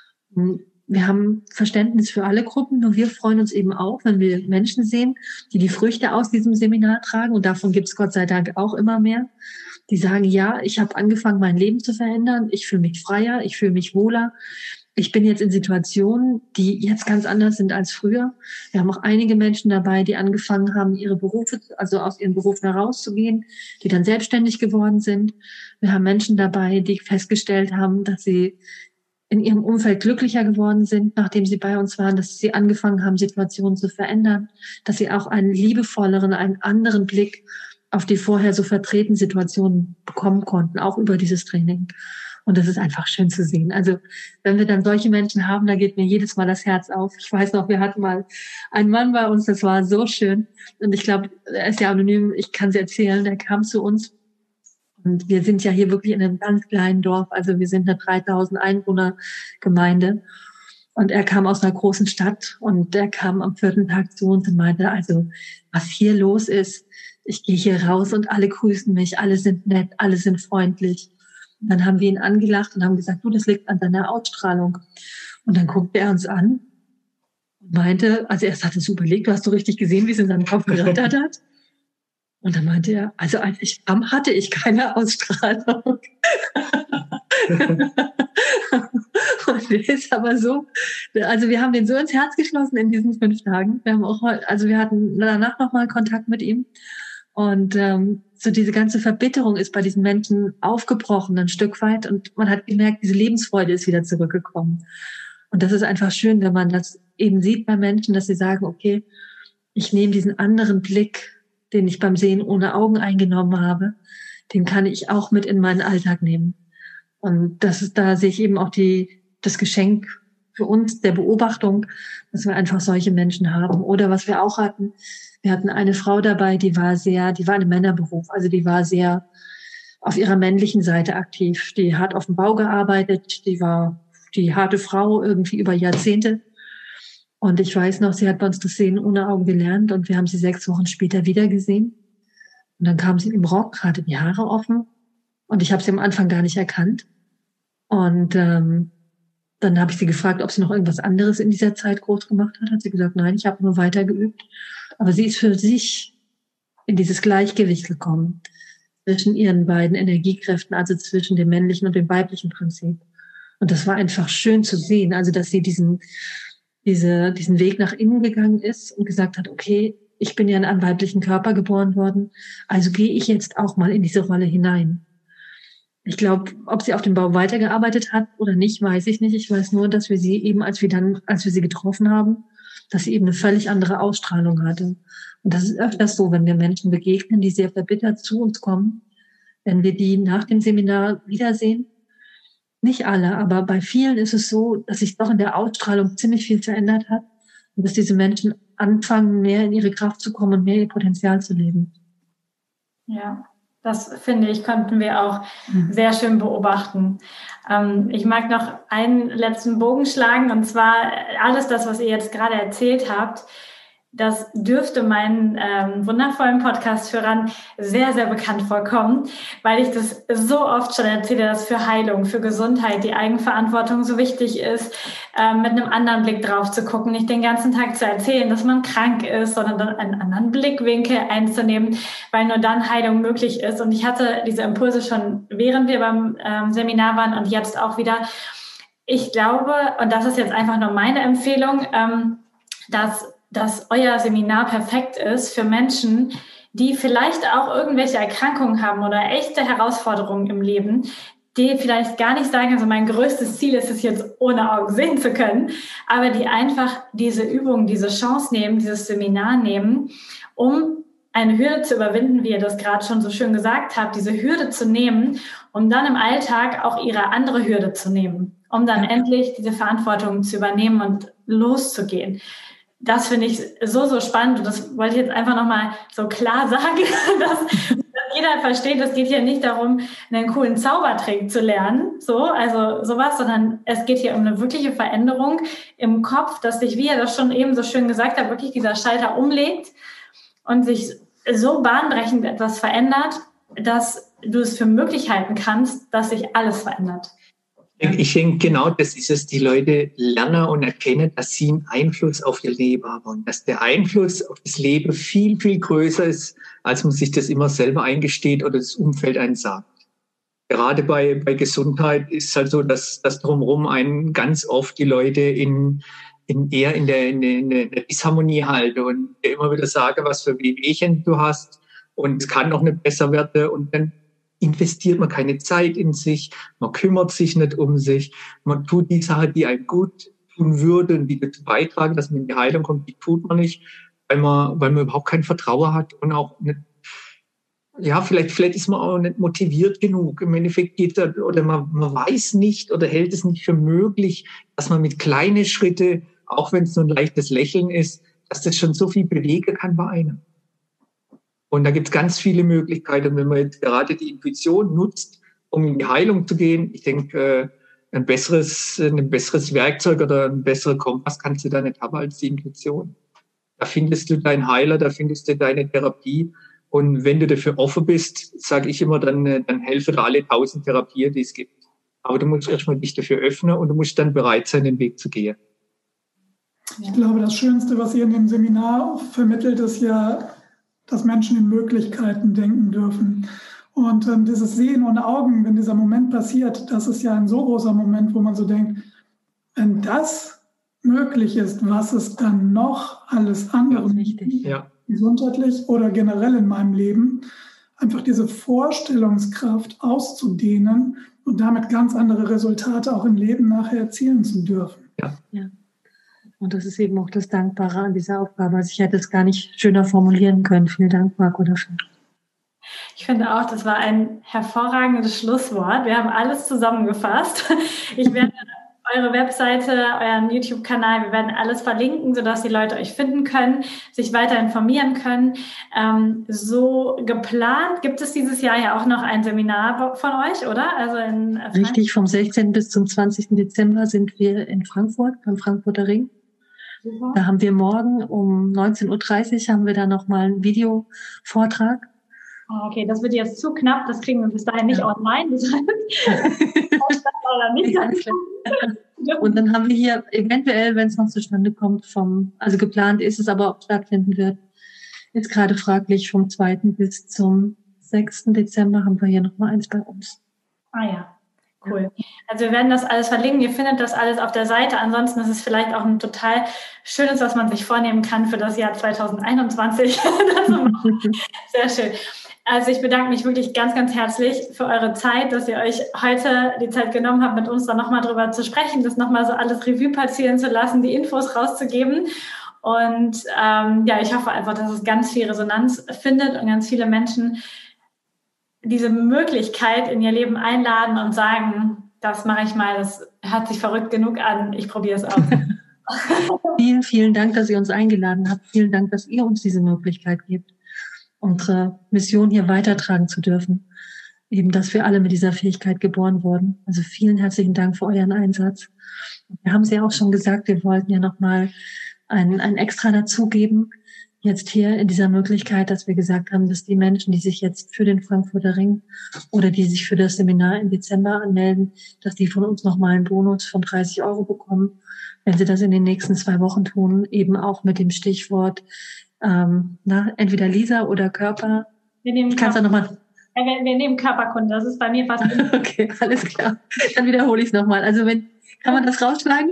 Wir haben Verständnis für alle Gruppen, nur wir freuen uns eben auch, wenn wir Menschen sehen, die die Früchte aus diesem Seminar tragen, und davon gibt es Gott sei Dank auch immer mehr, die sagen, ja, ich habe angefangen, mein Leben zu verändern, ich fühle mich freier, ich fühle mich wohler, ich bin jetzt in Situationen, die jetzt ganz anders sind als früher. Wir haben auch einige Menschen dabei, die angefangen haben, ihre Berufe, also aus ihren Berufen herauszugehen, die dann selbstständig geworden sind. Wir haben Menschen dabei, die festgestellt haben, dass sie in ihrem Umfeld glücklicher geworden sind, nachdem sie bei uns waren, dass sie angefangen haben, Situationen zu verändern, dass sie auch einen liebevolleren, einen anderen Blick auf die vorher so vertretenen Situationen bekommen konnten, auch über dieses Training. Und das ist einfach schön zu sehen. Also wenn wir dann solche Menschen haben, da geht mir jedes Mal das Herz auf. Ich weiß noch, wir hatten mal einen Mann bei uns, das war so schön. Und ich glaube, er ist ja anonym, ich kann es erzählen, der kam zu uns. Und wir sind ja hier wirklich in einem ganz kleinen Dorf. Also wir sind eine dreitausend Einwohner Gemeinde. Und er kam aus einer großen Stadt und er kam am vierten Tag zu uns und meinte, also was hier los ist, ich gehe hier raus und alle grüßen mich, alle sind nett, alle sind freundlich. Und dann haben wir ihn angelacht und haben gesagt, du, das liegt an deiner Ausstrahlung. Und dann guckte er uns an und meinte, also erst hat er es überlegt, du hast so richtig gesehen, wie es in seinem Kopf gerattert hat. Und dann meinte er, also als ich kam, hatte ich keine Ausstrahlung. Und der ist aber so, also wir haben den so ins Herz geschlossen in diesen fünf Tagen. Wir haben auch, also wir hatten danach nochmal Kontakt mit ihm. Und ähm, so diese ganze Verbitterung ist bei diesen Menschen aufgebrochen ein Stück weit, und man hat gemerkt, diese Lebensfreude ist wieder zurückgekommen. Und das ist einfach schön, wenn man das eben sieht bei Menschen, dass sie sagen, okay, ich nehme diesen anderen Blick, den ich beim Sehen ohne Augen eingenommen habe, den kann ich auch mit in meinen Alltag nehmen. Und das ist, da sehe ich eben auch die, das Geschenk für uns der Beobachtung, dass wir einfach solche Menschen haben. Oder was wir auch hatten, wir hatten eine Frau dabei, die war sehr, die war in einem Männerberuf, also die war sehr auf ihrer männlichen Seite aktiv. Die hat auf dem Bau gearbeitet, die war die harte Frau irgendwie über Jahrzehnte. Und ich weiß noch, sie hat bei uns das Sehen ohne Augen gelernt, und wir haben sie sechs Wochen später wieder gesehen. Und dann kam sie im Rock, hatte die Haare offen, und ich habe sie am Anfang gar nicht erkannt. Und ähm, dann habe ich sie gefragt, ob sie noch irgendwas anderes in dieser Zeit groß gemacht hat. Hat sie gesagt, nein, ich habe nur weiter geübt. Aber sie ist für sich in dieses Gleichgewicht gekommen zwischen ihren beiden Energiekräften, also zwischen dem männlichen und dem weiblichen Prinzip. Und das war einfach schön zu sehen, also dass sie diesen diese diesen Weg nach innen gegangen ist und gesagt hat, okay, ich bin ja in einen weiblichen Körper geboren worden, also gehe ich jetzt auch mal in diese Rolle hinein. Ich glaube, ob sie auf dem Bau weitergearbeitet hat oder nicht, weiß ich nicht. Ich weiß nur, dass wir sie eben, als wir dann, als wir sie getroffen haben, dass sie eben eine völlig andere Ausstrahlung hatte. Und das ist öfters so, wenn wir Menschen begegnen, die sehr verbittert zu uns kommen, wenn wir die nach dem Seminar wiedersehen, nicht alle, aber bei vielen ist es so, dass sich doch in der Ausstrahlung ziemlich viel verändert hat und dass diese Menschen anfangen, mehr in ihre Kraft zu kommen und mehr ihr Potenzial zu leben. Ja, das finde ich, konnten wir auch sehr schön beobachten. Ähm, ich mag noch einen letzten Bogen schlagen, und zwar alles das, was ihr jetzt gerade erzählt habt, das dürfte meinen ähm, wundervollen Podcast-Hörern sehr, sehr bekannt vorkommen, weil ich das so oft schon erzähle, dass für Heilung, für Gesundheit die Eigenverantwortung so wichtig ist, ähm, mit einem anderen Blick drauf zu gucken, nicht den ganzen Tag zu erzählen, dass man krank ist, sondern dann einen anderen Blickwinkel einzunehmen, weil nur dann Heilung möglich ist. Und ich hatte diese Impulse schon, während wir beim ähm, Seminar waren und jetzt auch wieder. Ich glaube, und das ist jetzt einfach nur meine Empfehlung, ähm, dass dass euer Seminar perfekt ist für Menschen, die vielleicht auch irgendwelche Erkrankungen haben oder echte Herausforderungen im Leben, die vielleicht gar nicht sagen, also mein größtes Ziel ist es jetzt ohne Augen sehen zu können, aber die einfach diese Übung, diese Chance nehmen, dieses Seminar nehmen, um eine Hürde zu überwinden, wie ihr das gerade schon so schön gesagt habt, diese Hürde zu nehmen, um dann im Alltag auch ihre andere Hürde zu nehmen, um dann endlich diese Verantwortung zu übernehmen und loszugehen. Das finde ich so, so spannend, und das wollte ich jetzt einfach nochmal so klar sagen, dass, dass jeder versteht, es geht hier nicht darum, einen coolen Zaubertrick zu lernen, so, also sowas, sondern es geht hier um eine wirkliche Veränderung im Kopf, dass sich, wie er das schon eben so schön gesagt hat, wirklich dieser Schalter umlegt und sich so bahnbrechend etwas verändert, dass du es für möglich halten kannst, dass sich alles verändert. Ich denke, genau das ist es. Die Leute lernen und erkennen, dass sie einen Einfluss auf ihr Leben haben und dass der Einfluss auf das Leben viel, viel größer ist, als man sich das immer selber eingesteht oder das Umfeld einen sagt. Gerade bei, bei Gesundheit ist es halt so, dass, dass drumherum einen ganz oft die Leute in, in eher in der, in der, in der Disharmonie halten und immer wieder sagen, was für Wehwehchen du hast und es kann noch nicht besser werden, und dann investiert man keine Zeit in sich, man kümmert sich nicht um sich, man tut die Sache, die einem gut tun würde und die dazu beitragen, dass man in die Heilung kommt, die tut man nicht, weil man, weil man überhaupt kein Vertrauen hat und auch nicht, ja, vielleicht, vielleicht ist man auch nicht motiviert genug. Im Endeffekt geht das, oder man, man weiß nicht oder hält es nicht für möglich, dass man mit kleinen Schritten, auch wenn es nur ein leichtes Lächeln ist, dass das schon so viel bewegen kann bei einem. Und da gibt es ganz viele Möglichkeiten. Wenn man jetzt gerade die Intuition nutzt, um in die Heilung zu gehen, ich denke, ein besseres, ein besseres Werkzeug oder ein besserer Kompass kannst du da nicht haben als die Intuition. Da findest du deinen Heiler, da findest du deine Therapie. Und wenn du dafür offen bist, sage ich immer, dann, dann helfe dir alle tausend Therapien, die es gibt. Aber du musst erstmal dich dafür öffnen und du musst dann bereit sein, den Weg zu gehen. Ich glaube, das Schönste, was ihr in dem Seminar vermittelt, ist ja, dass Menschen in Möglichkeiten denken dürfen. Und ähm, dieses Sehen ohne Augen, wenn dieser Moment passiert, das ist ja ein so großer Moment, wo man so denkt, wenn das möglich ist, was ist dann noch alles andere möglich, ja, gesundheitlich oder generell in meinem Leben, einfach diese Vorstellungskraft auszudehnen und damit ganz andere Resultate auch im Leben nachher erzielen zu dürfen. Ja. Ja. Und das ist eben auch das Dankbare an dieser Aufgabe. Also ich hätte es gar nicht schöner formulieren können. Vielen Dank, Marco, dafür. Ich finde auch, das war ein hervorragendes Schlusswort. Wir haben alles zusammengefasst. Ich werde eure Webseite, euren YouTube-Kanal, wir werden alles verlinken, sodass die Leute euch finden können, sich weiter informieren können. Ähm, so geplant gibt es dieses Jahr ja auch noch ein Seminar von euch, oder? Also in Richtig, vom sechzehnten bis zum zwanzigsten Dezember sind wir in Frankfurt, beim Frankfurter Ring. Super. Da haben wir morgen um neunzehn Uhr dreißig haben wir da nochmal einen Videovortrag. Okay, das wird jetzt zu knapp, das kriegen wir bis dahin nicht ja. online. Das nicht. Und dann haben wir hier eventuell, wenn es noch zustande kommt, vom, also geplant ist es, aber ob stattfinden wird, ist gerade fraglich, vom zweiten bis zum sechsten Dezember haben wir hier nochmal eins bei uns. Ah ja, cool. Also wir werden das alles verlinken, ihr findet das alles auf der Seite. Ansonsten ist es vielleicht auch ein total schönes, was man sich vornehmen kann für das Jahr zwanzig einundzwanzig. Sehr schön. Also ich bedanke mich wirklich ganz, ganz herzlich für eure Zeit, dass ihr euch heute die Zeit genommen habt, mit uns da nochmal drüber zu sprechen, das nochmal so alles Revue passieren zu lassen, die Infos rauszugeben. Und ähm, ja, ich hoffe einfach, dass es ganz viel Resonanz findet und ganz viele Menschen diese Möglichkeit in ihr Leben einladen und sagen, das mache ich mal, das hört sich verrückt genug an, ich probiere es aus. Vielen, vielen Dank, dass ihr uns eingeladen habt. Vielen Dank, dass ihr uns diese Möglichkeit gebt, unsere Mission hier weitertragen zu dürfen. Eben, dass wir alle mit dieser Fähigkeit geboren wurden. Also vielen herzlichen Dank für euren Einsatz. Wir haben es ja auch schon gesagt, wir wollten ja nochmal ein, ein Extra dazugeben. Jetzt hier in dieser Möglichkeit, dass wir gesagt haben, dass die Menschen, die sich jetzt für den Frankfurter Ring oder die sich für das Seminar im Dezember anmelden, dass die von uns nochmal einen Bonus von dreißig Euro bekommen, wenn sie das in den nächsten zwei Wochen tun, eben auch mit dem Stichwort ähm, na, entweder Lisa oder Körper. Wir nehmen Kannst du nochmal... Ja, wir, wir nehmen Körperkunde, das ist bei mir fast... Okay, alles klar. Dann wiederhole ich es nochmal. Also wenn, kann man das rausschlagen?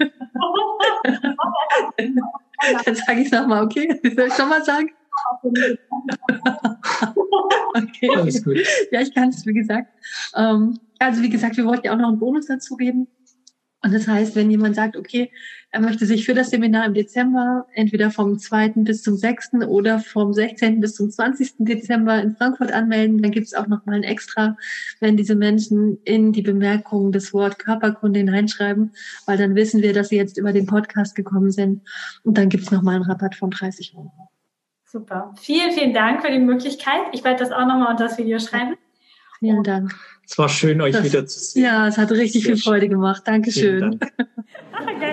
Dann sage ich es nochmal, okay? Soll ich schon mal sagen? Okay, alles gut. Ja, ich kann es, wie gesagt. Ähm, also wie gesagt, wir wollten ja auch noch einen Bonus dazu geben. Und das heißt, wenn jemand sagt, okay, er möchte sich für das Seminar im Dezember entweder vom zweiten bis zum sechsten oder vom sechzehnten bis zum zwanzigsten Dezember in Frankfurt anmelden, dann gibt es auch nochmal ein Extra, wenn diese Menschen in die Bemerkungen das Wort Körperkunde hineinschreiben, weil dann wissen wir, dass sie jetzt über den Podcast gekommen sind. Und dann gibt es nochmal einen Rabatt von dreißig Euro. Super. Vielen, vielen Dank für die Möglichkeit. Ich werde das auch nochmal unter das Video schreiben. Vielen Dank. Es war schön, euch das, wieder zu sehen. Ja, es hat richtig Sehr viel Freude schön. gemacht. Dankeschön. Ach, geil.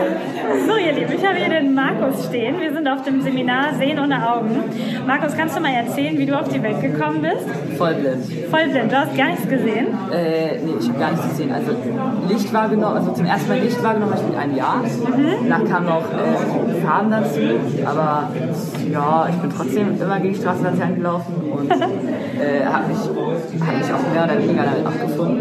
So, ihr Lieben, ich habe hier den Markus stehen. Wir sind auf dem Seminar Sehen ohne Augen. Markus, kannst du mal erzählen, wie du auf die Welt gekommen bist? Vollblind. Vollblind. Du hast gar nichts gesehen? Äh, nee, ich habe gar nichts gesehen. Also Licht wahrgenommen, also zum ersten Mal Licht wahrgenommen habe ich mit einem Jahr. Mhm. Danach kamen noch äh, Farben dazu. Aber ja, ich bin trotzdem immer gegen Straßenlaternen gelaufen und äh, habe mich, hab mich auch mehr oder weniger damit abgefunden.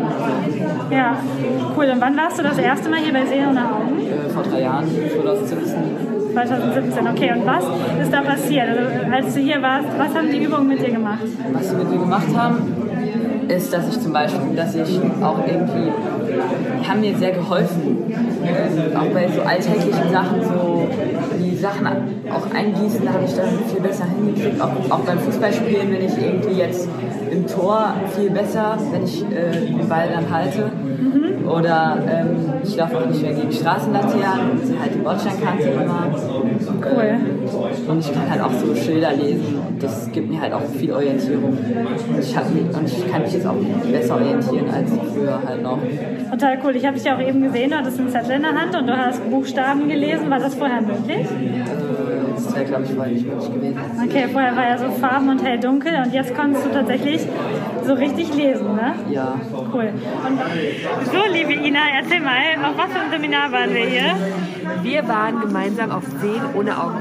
Ja, cool. Und wann warst du das erste Mal hier bei Sehen ohne Augen? Äh, vor drei Jahren, zwanzig siebzehn. zwanzig siebzehn, okay. Und was ist da passiert? Also, als du hier warst, was haben die Übungen mit dir gemacht? Was sie mit mir gemacht haben, ist, dass ich zum Beispiel, dass ich auch irgendwie, die haben mir sehr geholfen, auch bei so alltäglichen Sachen, so die Sachen auch eingießen, da habe ich dann viel besser hingekriegt, auch, auch beim Fußballspielen, wenn ich irgendwie jetzt im Tor viel besser, wenn ich äh, den Ball dann halte. Mhm. Oder ähm, ich laufe auch nicht mehr gegen Straßenlaternen und halt die Bordsteinkante immer. Cool. Äh, und ich kann halt auch so Schilder lesen und das gibt mir halt auch viel Orientierung. Und ich, hab, und ich kann mich jetzt auch besser orientieren als früher halt noch. Total cool. Ich habe dich ja auch eben gesehen, du hattest einen Zettel in der Hand und du hast Buchstaben gelesen. War das vorher möglich? Äh, das wäre, glaube ich, vorher nicht möglich gewesen. Okay, vorher war ja so Farben und hell-dunkel und jetzt konntest du tatsächlich so richtig lesen, ne? Ja. Cool. Und so, liebe Ina, erzähl mal, auf was für ein Seminar waren wir hier? Wir waren gemeinsam auf Sehen ohne Augen.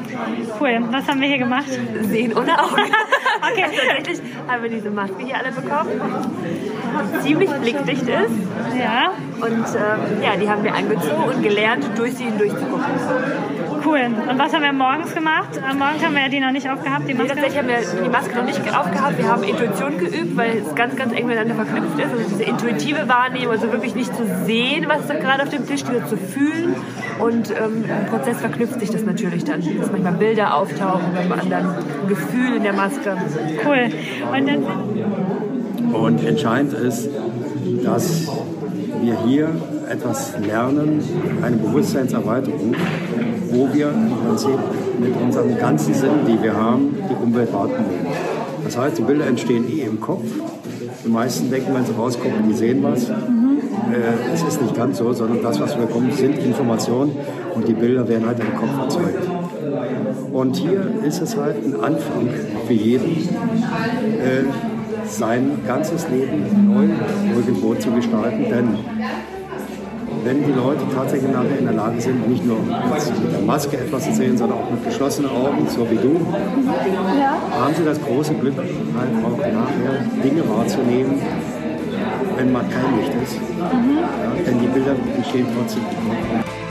Cool. Was haben wir hier gemacht? Sehen ohne Augen. Okay. Also tatsächlich haben wir diese Maske hier alle bekommen, die ziemlich blickdicht ist. Ja. Und ähm, ja, die haben wir angezogen und gelernt, durch sie hindurch zu gucken. Cool. Und was haben wir morgens gemacht? Morgens haben wir ja die noch nicht aufgehabt, die Maske? Nee, tatsächlich haben wir die Maske noch nicht aufgehabt. Wir haben Intuition geübt, weil es ganz, ganz eng miteinander verknüpft ist. Also diese intuitive Wahrnehmung, also wirklich nicht zu sehen, was da gerade auf dem Tisch steht, zu fühlen. Und ähm, im Prozess verknüpft sich das natürlich dann, dass manchmal Bilder auftauchen beim anderen Gefühl in der Maske. Cool. Und, dann Und entscheidend ist, dass wir hier etwas lernen, eine Bewusstseinserweiterung, wo wir im Prinzip mit unseren ganzen Sinnen, die wir haben, die Umwelt wahrnehmen. Das heißt, die Bilder entstehen eh im Kopf. Die meisten denken, wenn sie rausgucken, die sehen was. Mhm. Äh, es ist nicht ganz so, sondern das, was wir bekommen, sind Informationen und die Bilder werden halt im Kopf erzeugt. Und hier ist es halt ein Anfang für jeden, äh, sein ganzes Leben neu irgendwo zu gestalten, denn wenn die Leute tatsächlich nachher in der Lage sind, nicht nur mit der Maske etwas zu sehen, sondern auch mit geschlossenen Augen, so wie du, ja, haben sie das große Glück, halt auch nachher Dinge wahrzunehmen, wenn man kein Licht ist. Mhm. Ja, denn die Bilder entstehen trotzdem.